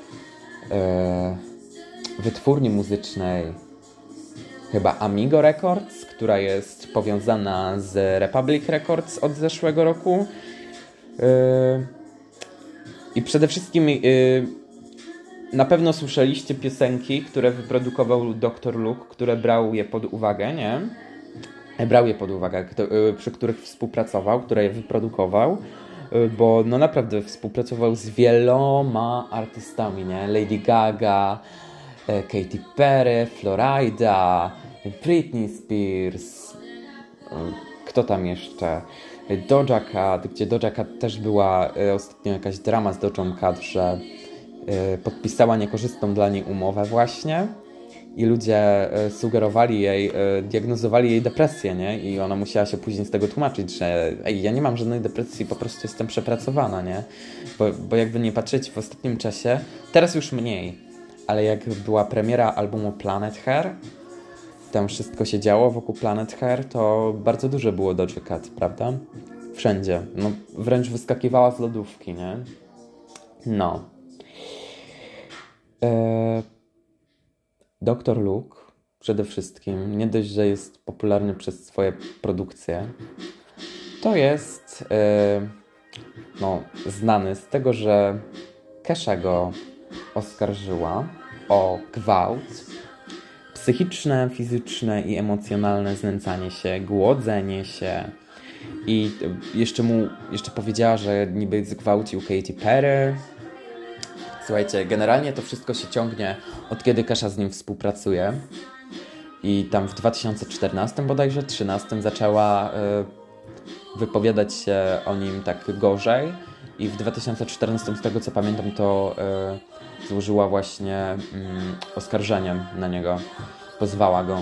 wytwórni muzycznej chyba Amigo Records, która jest powiązana z Republic Records od zeszłego roku. I przede wszystkim na pewno słyszeliście piosenki, które wyprodukował Dr. Luke, które brał je pod uwagę, nie? Brał je pod uwagę, przy których współpracował, które je wyprodukował, bo no naprawdę współpracował z wieloma artystami, nie? Lady Gaga, Katy Perry, Florida, Britney Spears, kto tam jeszcze? Doja Cat, gdzie Doja Cat też była ostatnio jakaś drama z Doją Cat, że podpisała niekorzystną dla niej umowę właśnie i ludzie sugerowali jej, diagnozowali jej depresję, nie? I ona musiała się później z tego tłumaczyć, że ja nie mam żadnej depresji, po prostu jestem przepracowana, nie? Bo jakby nie patrzeć w ostatnim czasie, teraz już mniej, ale jak była premiera albumu Planet Her, tam wszystko się działo wokół Planet Her, to bardzo dużo było Doja Cat, prawda? Wszędzie. No, wręcz wyskakiwała z lodówki, nie? No. Dr. Luke przede wszystkim, nie dość, że jest popularny przez swoje produkcje, to jest znany z tego, że Kesha go oskarżyła o gwałt, psychiczne, fizyczne i emocjonalne znęcanie się, głodzenie się. I jeszcze powiedziała, że niby zgwałcił Katy Perry. Słuchajcie, generalnie to wszystko się ciągnie od kiedy Kesha z nim współpracuje. I tam w 2014 bodajże, 2013 zaczęła wypowiadać się o nim tak gorzej. I w 2014, z tego co pamiętam, to złożyła właśnie oskarżenie na niego. Pozwała go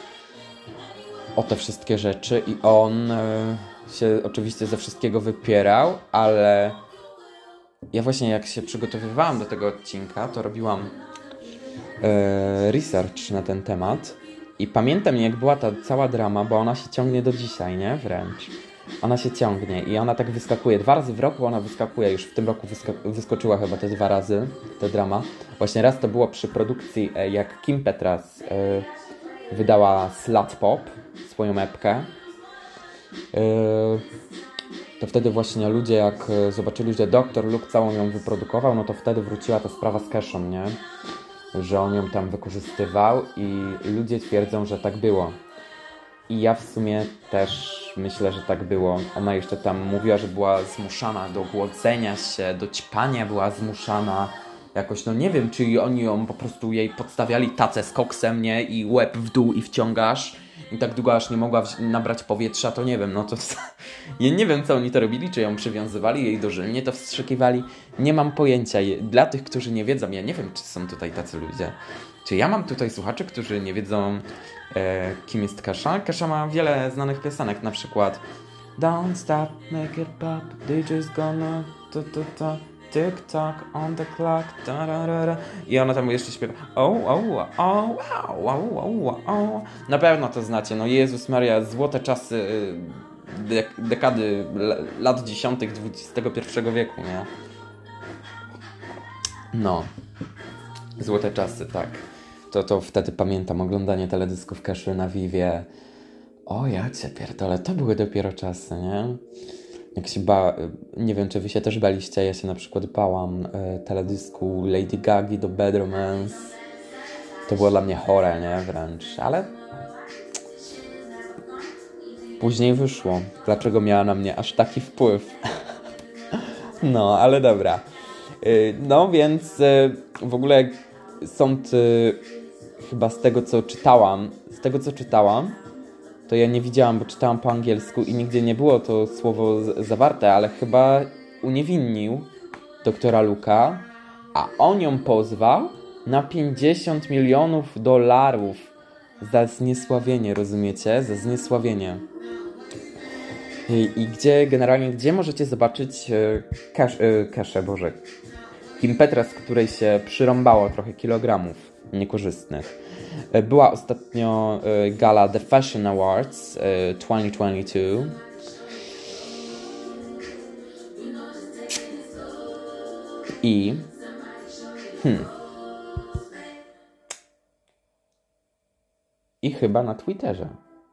o te wszystkie rzeczy i on się oczywiście ze wszystkiego wypierał, ale ja właśnie jak się przygotowywałam do tego odcinka, to robiłam research na ten temat i pamiętam jak była ta cała drama, bo ona się ciągnie do dzisiaj, nie? Wręcz. Ona się ciągnie i ona tak wyskakuje. 2 razy w roku ona wyskakuje. Już w tym roku wyskoczyła chyba te 2 razy, ta drama. Właśnie raz to było przy produkcji, jak Kim Petras wydała Slut Pop, swoją epkę. To wtedy właśnie ludzie jak zobaczyli, że Dr. Luke całą ją wyprodukował, no to wtedy wróciła ta sprawa z Keshą, nie? Że on ją tam wykorzystywał i ludzie twierdzą, że tak było. I ja w sumie też myślę, że tak było. Ona jeszcze tam mówiła, że była zmuszana do głodzenia się, do ćpania była zmuszana. Jakoś, no nie wiem, czy oni ją po prostu jej podstawiali tacę z koksem, nie? I łeb w dół i wciągasz. I tak długo aż nie mogła nabrać powietrza, to nie wiem, no to... Ja nie wiem, co oni to robili, czy ją przywiązywali jej dożylnie, to wstrzykiwali. Nie mam pojęcia. Dla tych, którzy nie wiedzą, ja nie wiem, czy są tutaj tacy ludzie. Czy ja mam tutaj słuchaczy, którzy nie wiedzą, kim jest Kesha? Kesha ma wiele znanych piosenek, na przykład Don't stop, make it pop, DJ's gonna... Tick tock on the clock. Tararara. I ona tam jeszcze śpiewa. O. Na pewno to znacie. No Jezus Maria, złote czasy dekady lat 10. XXI wieku, nie? No. Złote czasy, tak. To wtedy pamiętam oglądanie teledysków Keszy na Vivie. O ja cię pierdolę, to były dopiero czasy, nie? Jak się nie wiem, czy wy się też baliście, ja się na przykład bałam teledysku Lady Gagi do Bad Romance. To było dla mnie chore, nie? Wręcz, ale później wyszło. Dlaczego miała na mnie aż taki wpływ? No, ale dobra. No, więc w ogóle sąd chyba z tego, co czytałam, to ja nie widziałam, bo czytałam po angielsku i nigdzie nie było to słowo zawarte, ale chyba uniewinnił doktora Luke'a, a on ją pozwał na $50 milionów za zniesławienie, rozumiecie? Za zniesławienie. I gdzie możecie zobaczyć Kim Petras, której się przyrąbało trochę kilogramów niekorzystnych. Była ostatnio gala The Fashion Awards 2022. I chyba na Twitterze.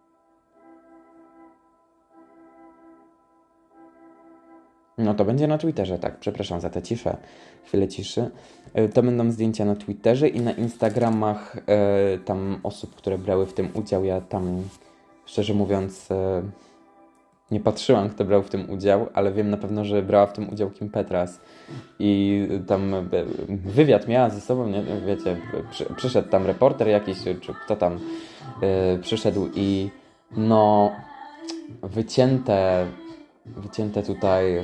No to będzie na Twitterze, tak. Przepraszam za tę ciszę. Chwilę ciszy. To będą zdjęcia na Twitterze i na Instagramach tam osób, które brały w tym udział. Ja tam, szczerze mówiąc, nie patrzyłam, kto brał w tym udział, ale wiem na pewno, że brała w tym udział Kim Petras. I tam wywiad miała ze sobą, nie? Wiecie, przyszedł tam reporter jakiś, czy kto tam przyszedł i no wycięte tutaj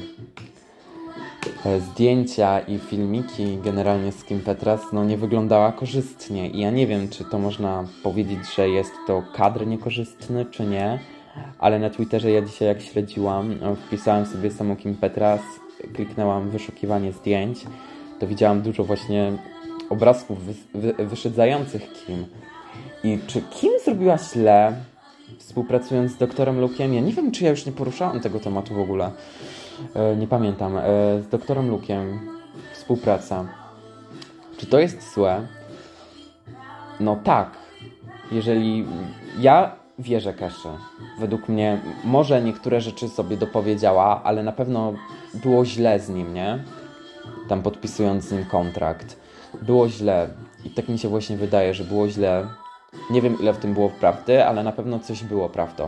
zdjęcia i filmiki generalnie z Kim Petras no nie wyglądała korzystnie i ja nie wiem, czy to można powiedzieć, że jest to kadr niekorzystny, czy nie, ale na Twitterze ja dzisiaj jak śledziłam, wpisałam sobie samą Kim Petras, kliknęłam wyszukiwanie zdjęć, to widziałam dużo właśnie obrazków wyszydzających Kim. I czy Kim zrobiła źle, współpracując z doktorem Luke'iem? Ja nie wiem, czy ja już nie poruszałam tego tematu w ogóle. Nie pamiętam. Z doktorem Luke'iem współpraca. Czy to jest złe? No tak. Jeżeli ja wierzę Keszy. Według mnie może niektóre rzeczy sobie dopowiedziała, ale na pewno było źle z nim, nie? Tam podpisując z nim kontrakt. Było źle. I tak mi się właśnie wydaje, że było źle. Nie wiem, ile w tym było prawdy, ale na pewno coś było prawdą.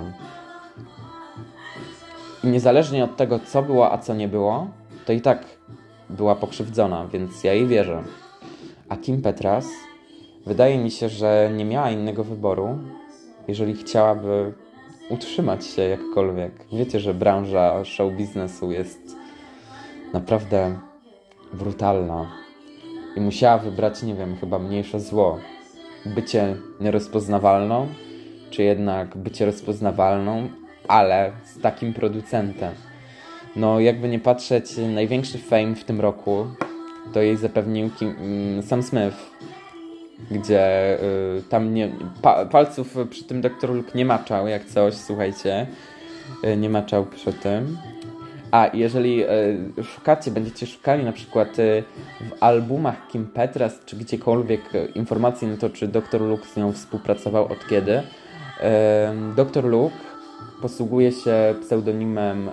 I niezależnie od tego, co było, a co nie było, to i tak była pokrzywdzona, więc ja jej wierzę. A Kim Petras, wydaje mi się, że nie miała innego wyboru, jeżeli chciałaby utrzymać się jakkolwiek. Wiecie, że branża show biznesu jest naprawdę brutalna. I musiała wybrać, nie wiem, chyba mniejsze zło. Bycie nierozpoznawalną, czy jednak bycie rozpoznawalną, ale z takim producentem. No jakby nie patrzeć, największy fame w tym roku to jej zapewnił Sam Smith, gdzie tam palców przy tym Dr. Luke nie maczał, jak coś, słuchajcie, nie maczał przy tym. A jeżeli będziecie szukali na przykład w albumach Kim Petras, czy gdziekolwiek informacji na to, czy Dr. Luke z nią współpracował, od kiedy, Dr. Luke posługuje się pseudonimem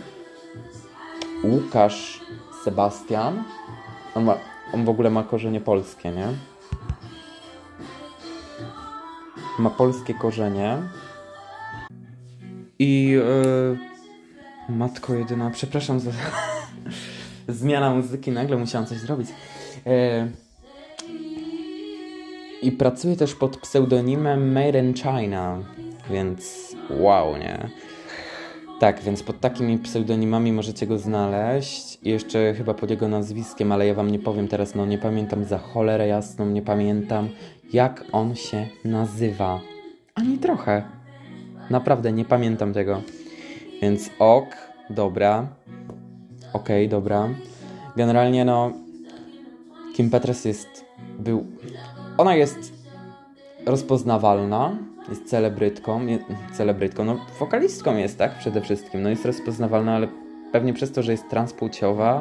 Łukasz Sebastian. On w ogóle ma korzenie polskie, nie? Ma polskie korzenie. I matko jedyna, przepraszam za zmiana muzyki, nagle musiałam coś zrobić. I pracuje też pod pseudonimem Made in China, więc wow, nie? Tak, więc pod takimi pseudonimami możecie go znaleźć. I jeszcze chyba pod jego nazwiskiem, ale ja wam nie powiem teraz, no nie pamiętam za cholerę jasną, nie pamiętam jak on się nazywa. Ani trochę. Naprawdę nie pamiętam tego. Więc dobra. Okej, dobra. Generalnie no Kim Petras ona jest rozpoznawalna, jest celebrytką, no wokalistką jest, tak? Przede wszystkim, no jest rozpoznawalna, ale pewnie przez to, że jest transpłciowa,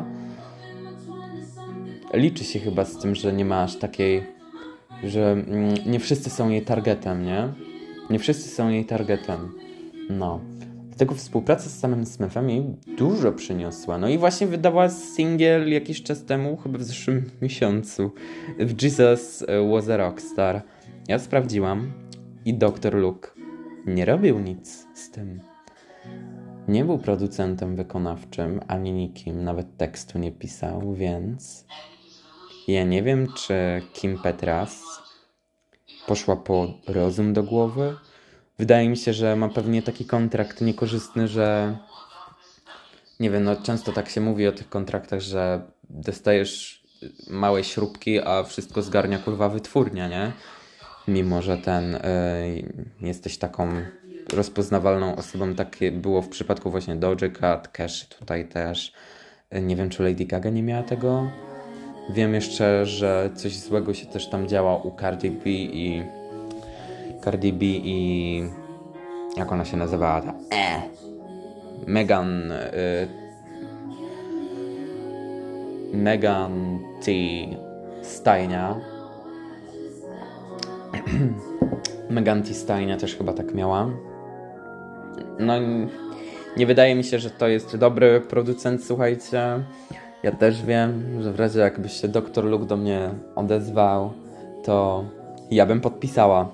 liczy się chyba z tym, że nie ma aż takiej, że nie wszyscy są jej targetem, nie? Nie wszyscy są jej targetem. No. Dlatego współpraca z samym Smithem jej dużo przyniosła. No i właśnie wydała singiel jakiś czas temu, chyba w zeszłym miesiącu. Jesus Was a Rockstar. Ja sprawdziłam i Dr. Luke nie robił nic z tym. Nie był producentem wykonawczym, ani nikim, nawet tekstu nie pisał, więc ja nie wiem, czy Kim Petras poszła po rozum do głowy. Wydaje mi się, że ma pewnie taki kontrakt niekorzystny, że nie wiem, no często tak się mówi o tych kontraktach, że dostajesz małe śrubki, a wszystko zgarnia kurwa wytwórnia, nie? Mimo, że jesteś taką rozpoznawalną osobą, tak było w przypadku właśnie Doja Cat, Cash tutaj też. Nie wiem, czy Lady Gaga nie miała tego. Wiem jeszcze, że coś złego się też tam działo u Cardi B i jak ona się nazywała ta Megan Thee Stallion. Megan Thee Stallion też chyba tak miała. No nie wydaje mi się, że to jest dobry producent, słuchajcie. Ja też wiem, że w razie jakby się Dr. Luke do mnie odezwał, to ja bym podpisała.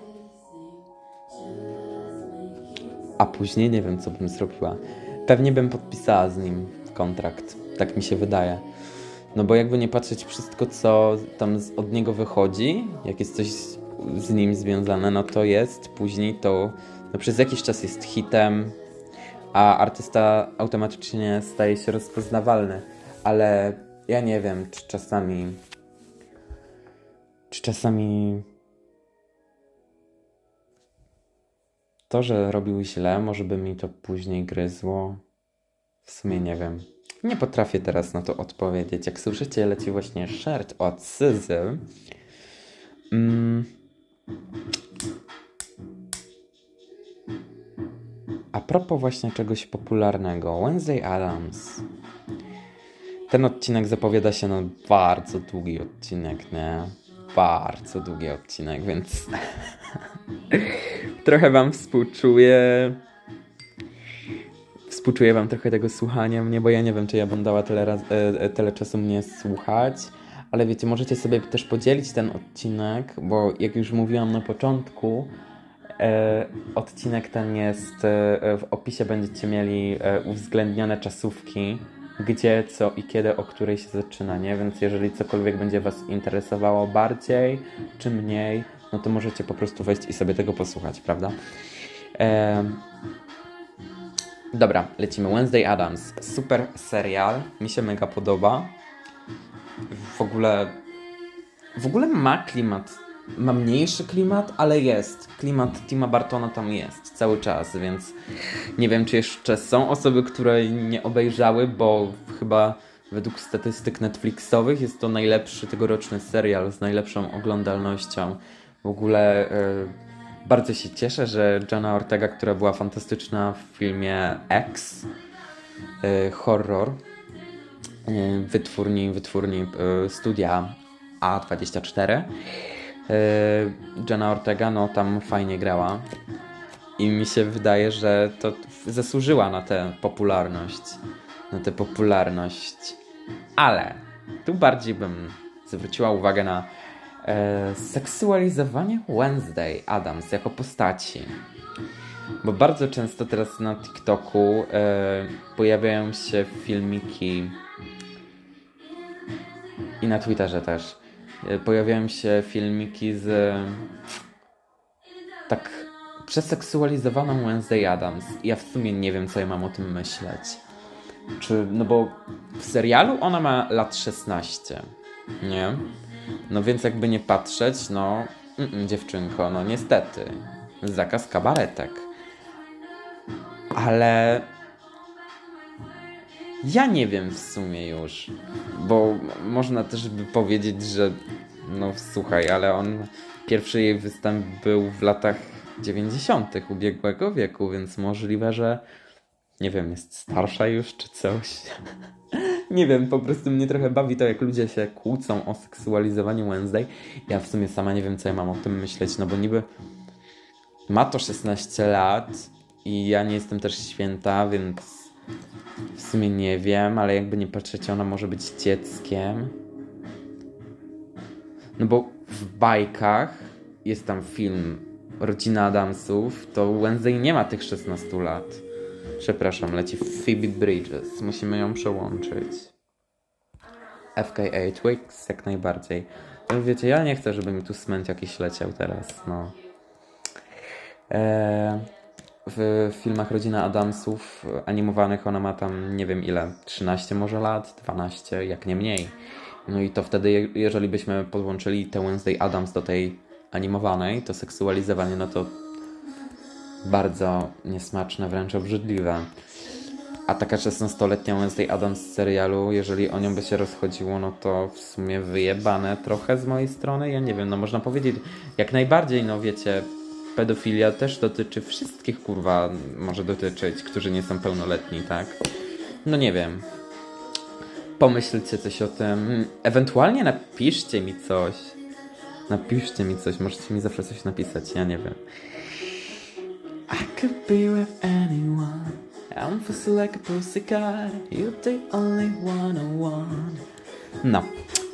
A później nie wiem, co bym zrobiła. Pewnie bym podpisała z nim kontrakt. Tak mi się wydaje. No bo jakby nie patrzeć, wszystko, co tam od niego wychodzi, jak jest coś z nim związane, no to jest później to no przez jakiś czas jest hitem, a artysta automatycznie staje się rozpoznawalny. Ale ja nie wiem, czy czasami to, że robił źle, może by mi to później gryzło. W sumie nie wiem. Nie potrafię teraz na to odpowiedzieć. Jak słyszycie, leci właśnie Shirt od SZA. A propos właśnie czegoś popularnego. Wednesday Addams. Ten odcinek zapowiada się na bardzo długi odcinek, nie? Bardzo długi odcinek, więc trochę wam współczuję. Współczuję wam trochę tego słuchania mnie, bo ja nie wiem, czy ja bym dała tyle czasu mnie słuchać. Ale wiecie, możecie sobie też podzielić ten odcinek, bo jak już mówiłam na początku, odcinek ten jest, w opisie będziecie mieli uwzględnione czasówki, gdzie, co i kiedy, o której się zaczyna, nie? Więc jeżeli cokolwiek będzie was interesowało bardziej czy mniej, no to możecie po prostu wejść i sobie tego posłuchać, prawda? Dobra, lecimy. Wednesday Addams. Super serial. Mi się mega podoba. W ogóle ma klimat. Ma mniejszy klimat, ale jest. Klimat Tima Burtona tam jest cały czas, więc nie wiem, czy jeszcze są osoby, które nie obejrzały, bo chyba według statystyk Netflixowych jest to najlepszy tegoroczny serial z najlepszą oglądalnością. W ogóle bardzo się cieszę, że Jenna Ortega, która była fantastyczna w filmie X, horror, wytwórni studia A24, Jenna Ortega no tam fajnie grała i mi się wydaje, że to zasłużyła na tę popularność, ale tu bardziej bym zwróciła uwagę na seksualizowanie Wednesday Addams jako postaci, bo bardzo często teraz na TikToku pojawiają się filmiki i na Twitterze też pojawiają się filmiki z tak przeseksualizowaną Wednesday Addams. Ja w sumie nie wiem, co ja mam o tym myśleć. No bo w serialu ona ma lat 16, nie? No więc jakby nie patrzeć, no dziewczynko, no niestety, zakaz kabaretek. Ale Ja nie wiem w sumie już, bo można też by powiedzieć, że no słuchaj, ale pierwszy jej występ był w latach 90. ubiegłego wieku, więc możliwe, że nie wiem, jest starsza już czy coś. Nie wiem, po prostu mnie trochę bawi to, jak ludzie się kłócą o seksualizowaniu Wednesday. Ja w sumie sama nie wiem, co ja mam o tym myśleć, no bo niby ma to 16 lat i ja nie jestem też święta, więc w sumie nie wiem, ale jakby nie patrzeć, ona może być dzieckiem. No bo w bajkach jest tam film Rodzina Adamsów, to Wednesday nie ma tych 16 lat. Przepraszam, leci Phoebe Bridges. Musimy ją przełączyć. FKA Twigs jak najbardziej. No wiecie, ja nie chcę, żeby mi tu smęć jakiś leciał teraz, no. W filmach Rodzina Adamsów animowanych ona ma tam, nie wiem ile, 13 może lat, 12, jak nie mniej. No i to wtedy, jeżeli byśmy podłączyli tę Wednesday Addams do tej animowanej, to seksualizowanie, no to bardzo niesmaczne, wręcz obrzydliwe. A taka 16-letnia Wednesday Addams z serialu, jeżeli o nią by się rozchodziło, no to w sumie wyjebane trochę z mojej strony. Ja nie wiem, no można powiedzieć, jak najbardziej, no wiecie, pedofilia też dotyczy wszystkich, kurwa, może dotyczyć, którzy nie są pełnoletni, tak? No nie wiem. Pomyślcie coś o tym. Ewentualnie napiszcie mi coś. Możecie mi zawsze coś napisać, ja nie wiem. I could be with anyone. I'm fussy like a pussycat. You're the only one I want. No.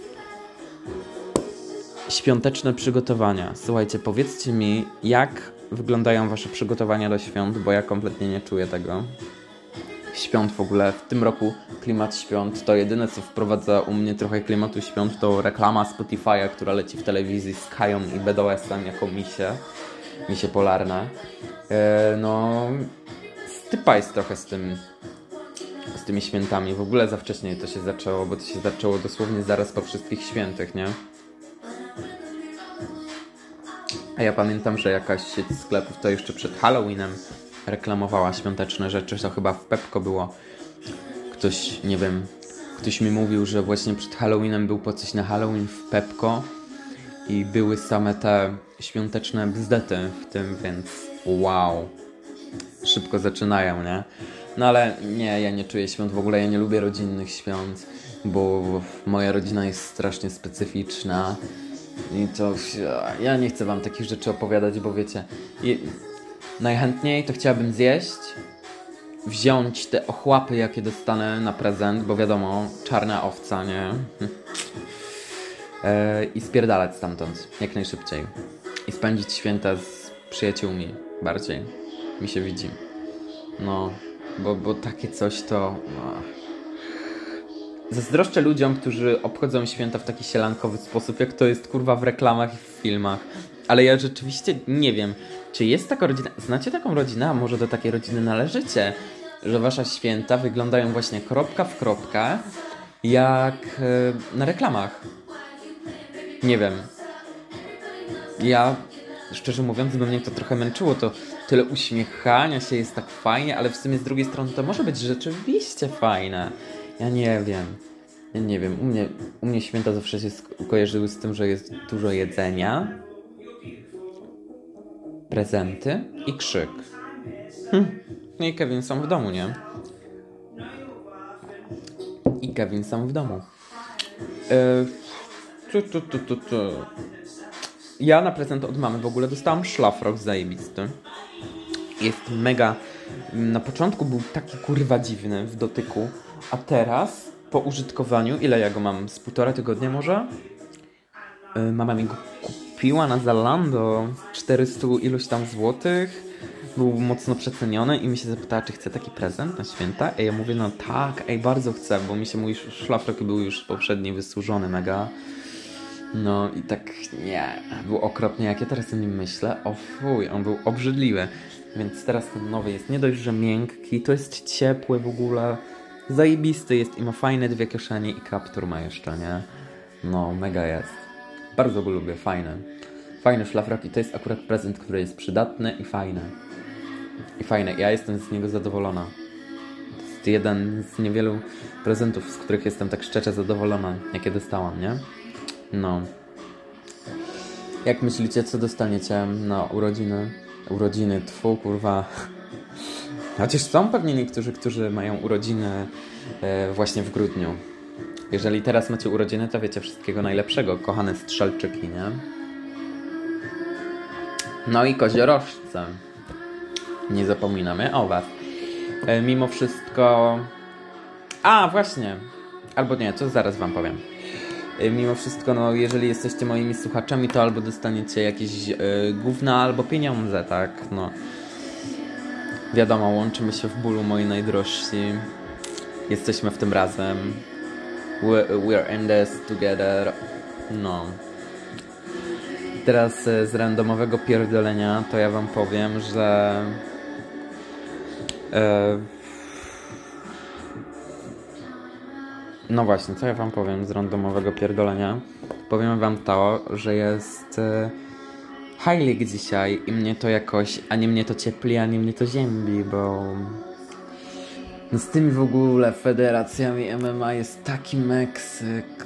Świąteczne przygotowania. Słuchajcie, powiedzcie mi, jak wyglądają wasze przygotowania do świąt, bo ja kompletnie nie czuję tego. Świąt w ogóle. W tym roku klimat świąt to jedyne, co wprowadza u mnie trochę klimatu świąt, to reklama Spotify'a, która leci w telewizji z Kają i BDS-em jako misie polarne. No, stypa jest trochę z tymi świętami. W ogóle za wcześnie to się zaczęło, bo to się zaczęło dosłownie zaraz po wszystkich świętych, nie? A ja pamiętam, że jakaś sieć sklepów to jeszcze przed Halloweenem reklamowała świąteczne rzeczy, to chyba w Pepco było. Ktoś, nie wiem, ktoś mi mówił, że właśnie przed Halloweenem był po coś na Halloween w Pepco i były same te świąteczne bzdety w tym, więc wow. Szybko zaczynają, nie? No ale nie, ja nie czuję świąt w ogóle, ja nie lubię rodzinnych świąt, bo moja rodzina jest strasznie specyficzna i to ja nie chcę wam takich rzeczy opowiadać, bo wiecie, najchętniej to chciałabym zjeść, wziąć te ochłapy, jakie dostanę na prezent, bo wiadomo, czarna owca, nie? I spierdalać stamtąd jak najszybciej i spędzić święta z przyjaciółmi bardziej mi się widzi. No, bo takie coś to... Zazdroszczę ludziom, którzy obchodzą święta w taki sielankowy sposób, jak to jest kurwa w reklamach i w filmach. Ale ja rzeczywiście nie wiem, czy jest taka rodzina... Znacie taką rodzinę? A może do takiej rodziny należycie? Że wasza święta wyglądają właśnie kropka w kropkę, jak na reklamach. Nie wiem. Ja... Szczerze mówiąc, by mnie to trochę męczyło, to tyle uśmiechania się, jest tak fajnie, ale w sumie z drugiej strony to może być rzeczywiście fajne. Ja nie wiem. U mnie święta zawsze się kojarzyły z tym, że jest dużo jedzenia, prezenty i krzyk. No i Kevin sam w domu, nie? Ja na prezent od mamy w ogóle dostałam szlafrok zajebisty. Jest mega... Na początku był taki kurwa dziwny w dotyku, a teraz po użytkowaniu, ile ja go mam? Z 1,5 tygodnia może? Mama mi go kupiła na Zalando 400 iluś tam złotych. Był mocno przeceniony i mi się zapytała, czy chcę taki prezent na święta. I ja mówię, no tak, bardzo chcę, bo mi się mój szlafrok był już poprzedni wysłużony mega. No i tak nie, był okropnie, jak ja teraz o nim myślę, o fuj, on był obrzydliwy, więc teraz ten nowy jest nie dość, że miękki, to jest ciepły w ogóle, zajebisty jest i ma fajne 2 kieszenie i kaptur ma jeszcze, nie? No, mega jest, bardzo go lubię, fajny szlafrok i to jest akurat prezent, który jest przydatny i fajny, ja jestem z niego zadowolona. jeden z niewielu prezentów, z których jestem tak szczerze zadowolona, jakie dostałam, nie? No. Jak myślicie, co dostaniecie na urodziny? Urodziny, tfu, kurwa. Chociaż są pewnie niektórzy, którzy mają urodziny właśnie w grudniu. Jeżeli teraz macie urodziny, to wiecie wszystkiego najlepszego, kochane strzelczyki, nie? No i koziorożce. Nie zapominamy o was. Mimo wszystko... A, właśnie. Albo nie, to zaraz wam powiem. Mimo wszystko, no jeżeli jesteście moimi słuchaczami, to albo dostaniecie jakieś gówna, albo pieniądze, tak? No. Wiadomo, łączymy się w bólu, moi najdrożsi. Jesteśmy w tym razem. We're in this together. No. Teraz z randomowego pierdolenia to ja wam powiem, że... No właśnie, co ja wam powiem z randomowego pierdolenia? Powiem wam to, że jest High League dzisiaj i mnie to jakoś, ani mnie to ciepli, ani mnie to ziębi, bo no z tymi w ogóle federacjami MMA jest taki Meksyk.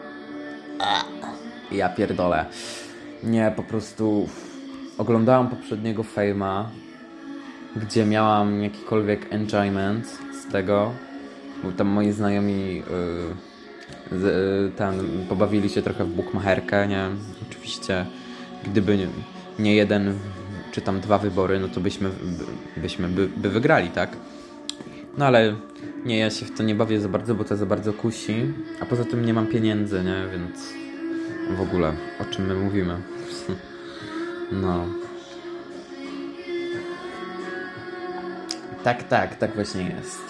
Ja pierdolę. Nie, po prostu oglądałam poprzedniego Fame'a, gdzie miałam jakikolwiek enjoyment z tego, bo tam moi znajomi tam pobawili się trochę w bukmacherkę, nie? Oczywiście, gdyby nie jeden czy tam 2 wybory, no to byśmy wygrali, tak? No ale nie, ja się w to nie bawię za bardzo, bo to za bardzo kusi, a poza tym nie mam pieniędzy, nie? Więc w ogóle, o czym my mówimy? No. Tak właśnie jest.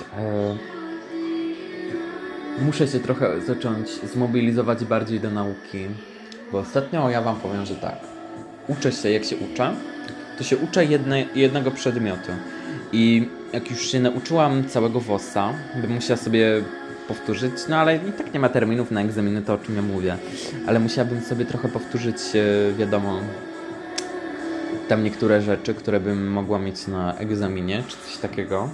Muszę się trochę zacząć zmobilizować bardziej do nauki, bo ostatnio ja wam powiem, że tak. Uczę się, jak się uczę, to się uczę jednego przedmiotu. I jak już się nauczyłam całego WOS-a, bym musiała sobie powtórzyć, no ale i tak nie ma terminów na egzaminy, to o czym ja mówię. Ale musiałabym sobie trochę powtórzyć, wiadomo, tam niektóre rzeczy, które bym mogła mieć na egzaminie, czy coś takiego.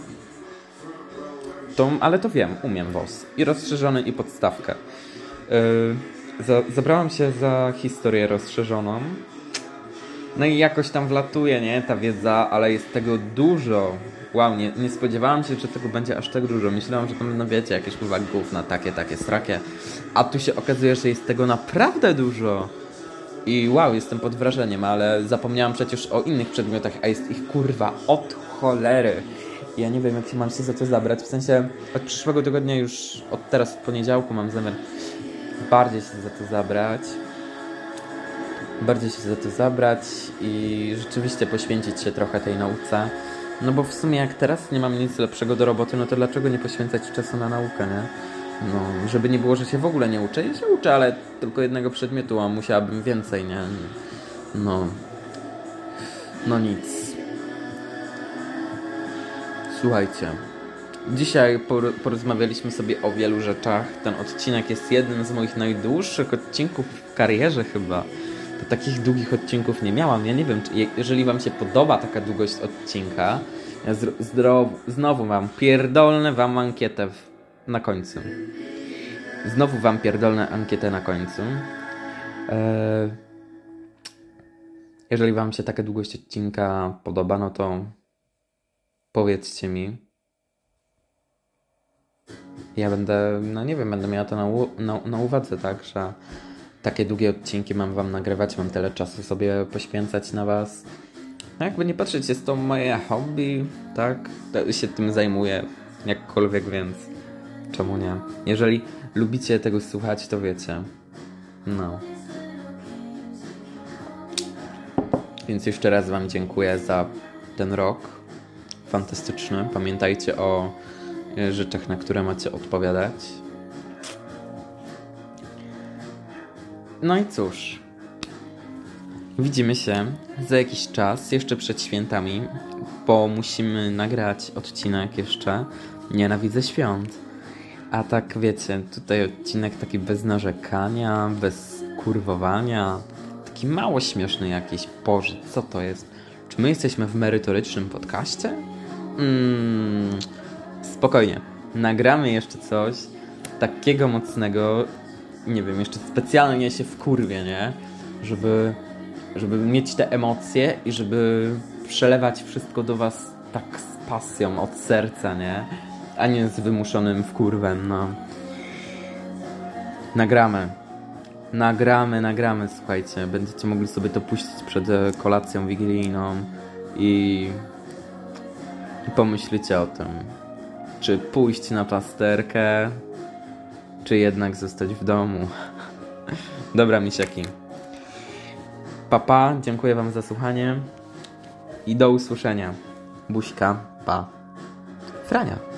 Ale to wiem, umiem WOS. I rozszerzony, i podstawkę. Zabrałam się za historię rozszerzoną. No i jakoś tam wlatuje, nie? Ta wiedza, ale jest tego dużo. Wow, nie spodziewałam się, że tego będzie aż tak dużo. Myślałam, że tam, no wiecie, jakieś kurwa gówna, takie, strakie. A tu się okazuje, że jest tego naprawdę dużo. I wow, jestem pod wrażeniem, ale zapomniałam przecież o innych przedmiotach, a jest ich kurwa od cholery. Ja nie wiem, jak się mam się za to zabrać. W sensie od przyszłego tygodnia już, od teraz, od poniedziałku mam zamiar bardziej się za to zabrać i rzeczywiście poświęcić się trochę tej nauce. No bo w sumie jak teraz nie mam nic lepszego do roboty, no to dlaczego nie poświęcać czasu na naukę, nie? No, żeby nie było, że się w ogóle nie uczę. Ja się uczę, ale tylko jednego przedmiotu, a musiałabym więcej, nie? No nic. Słuchajcie, dzisiaj porozmawialiśmy sobie o wielu rzeczach. Ten odcinek jest jednym z moich najdłuższych odcinków w karierze chyba. To takich długich odcinków nie miałam. Ja nie wiem, jeżeli wam się podoba taka długość odcinka, ja znowu wam pierdolnę wam ankietę na końcu. Znowu wam pierdolnę ankietę na końcu. Jeżeli wam się taka długość odcinka podoba, no to powiedzcie mi. Ja będę, no nie wiem, będę miała to na uwadze, tak, że takie długie odcinki mam wam nagrywać, mam tyle czasu sobie poświęcać na was. No jakby nie patrzeć, jest to moje hobby, tak, to się tym zajmuję jakkolwiek, więc czemu nie? Jeżeli lubicie tego słuchać, to wiecie. No. Więc jeszcze raz wam dziękuję za ten rok. Fantastyczny. Pamiętajcie o rzeczach, na które macie odpowiadać. No i cóż. Widzimy się za jakiś czas, jeszcze przed świętami, bo musimy nagrać odcinek jeszcze Nienawidzę świąt. A tak wiecie, tutaj odcinek taki bez narzekania, bez kurwowania, taki mało śmieszny jakiś. Boże, co to jest? Czy my jesteśmy w merytorycznym podcaście? Spokojnie. nagramy jeszcze coś takiego mocnego, nie wiem, jeszcze specjalnie się wkurwię, nie? Żeby mieć te emocje i żeby przelewać wszystko do was tak z pasją, od serca, nie? A nie z wymuszonym wkurwem, no. Nagramy, słuchajcie. Będziecie mogli sobie to puścić przed kolacją wigilijną i pomyślicie o tym, czy pójść na pasterkę, czy jednak zostać w domu. Dobra, misiaki. Pa, dziękuję wam za słuchanie i do usłyszenia. Buźka, pa. Frania.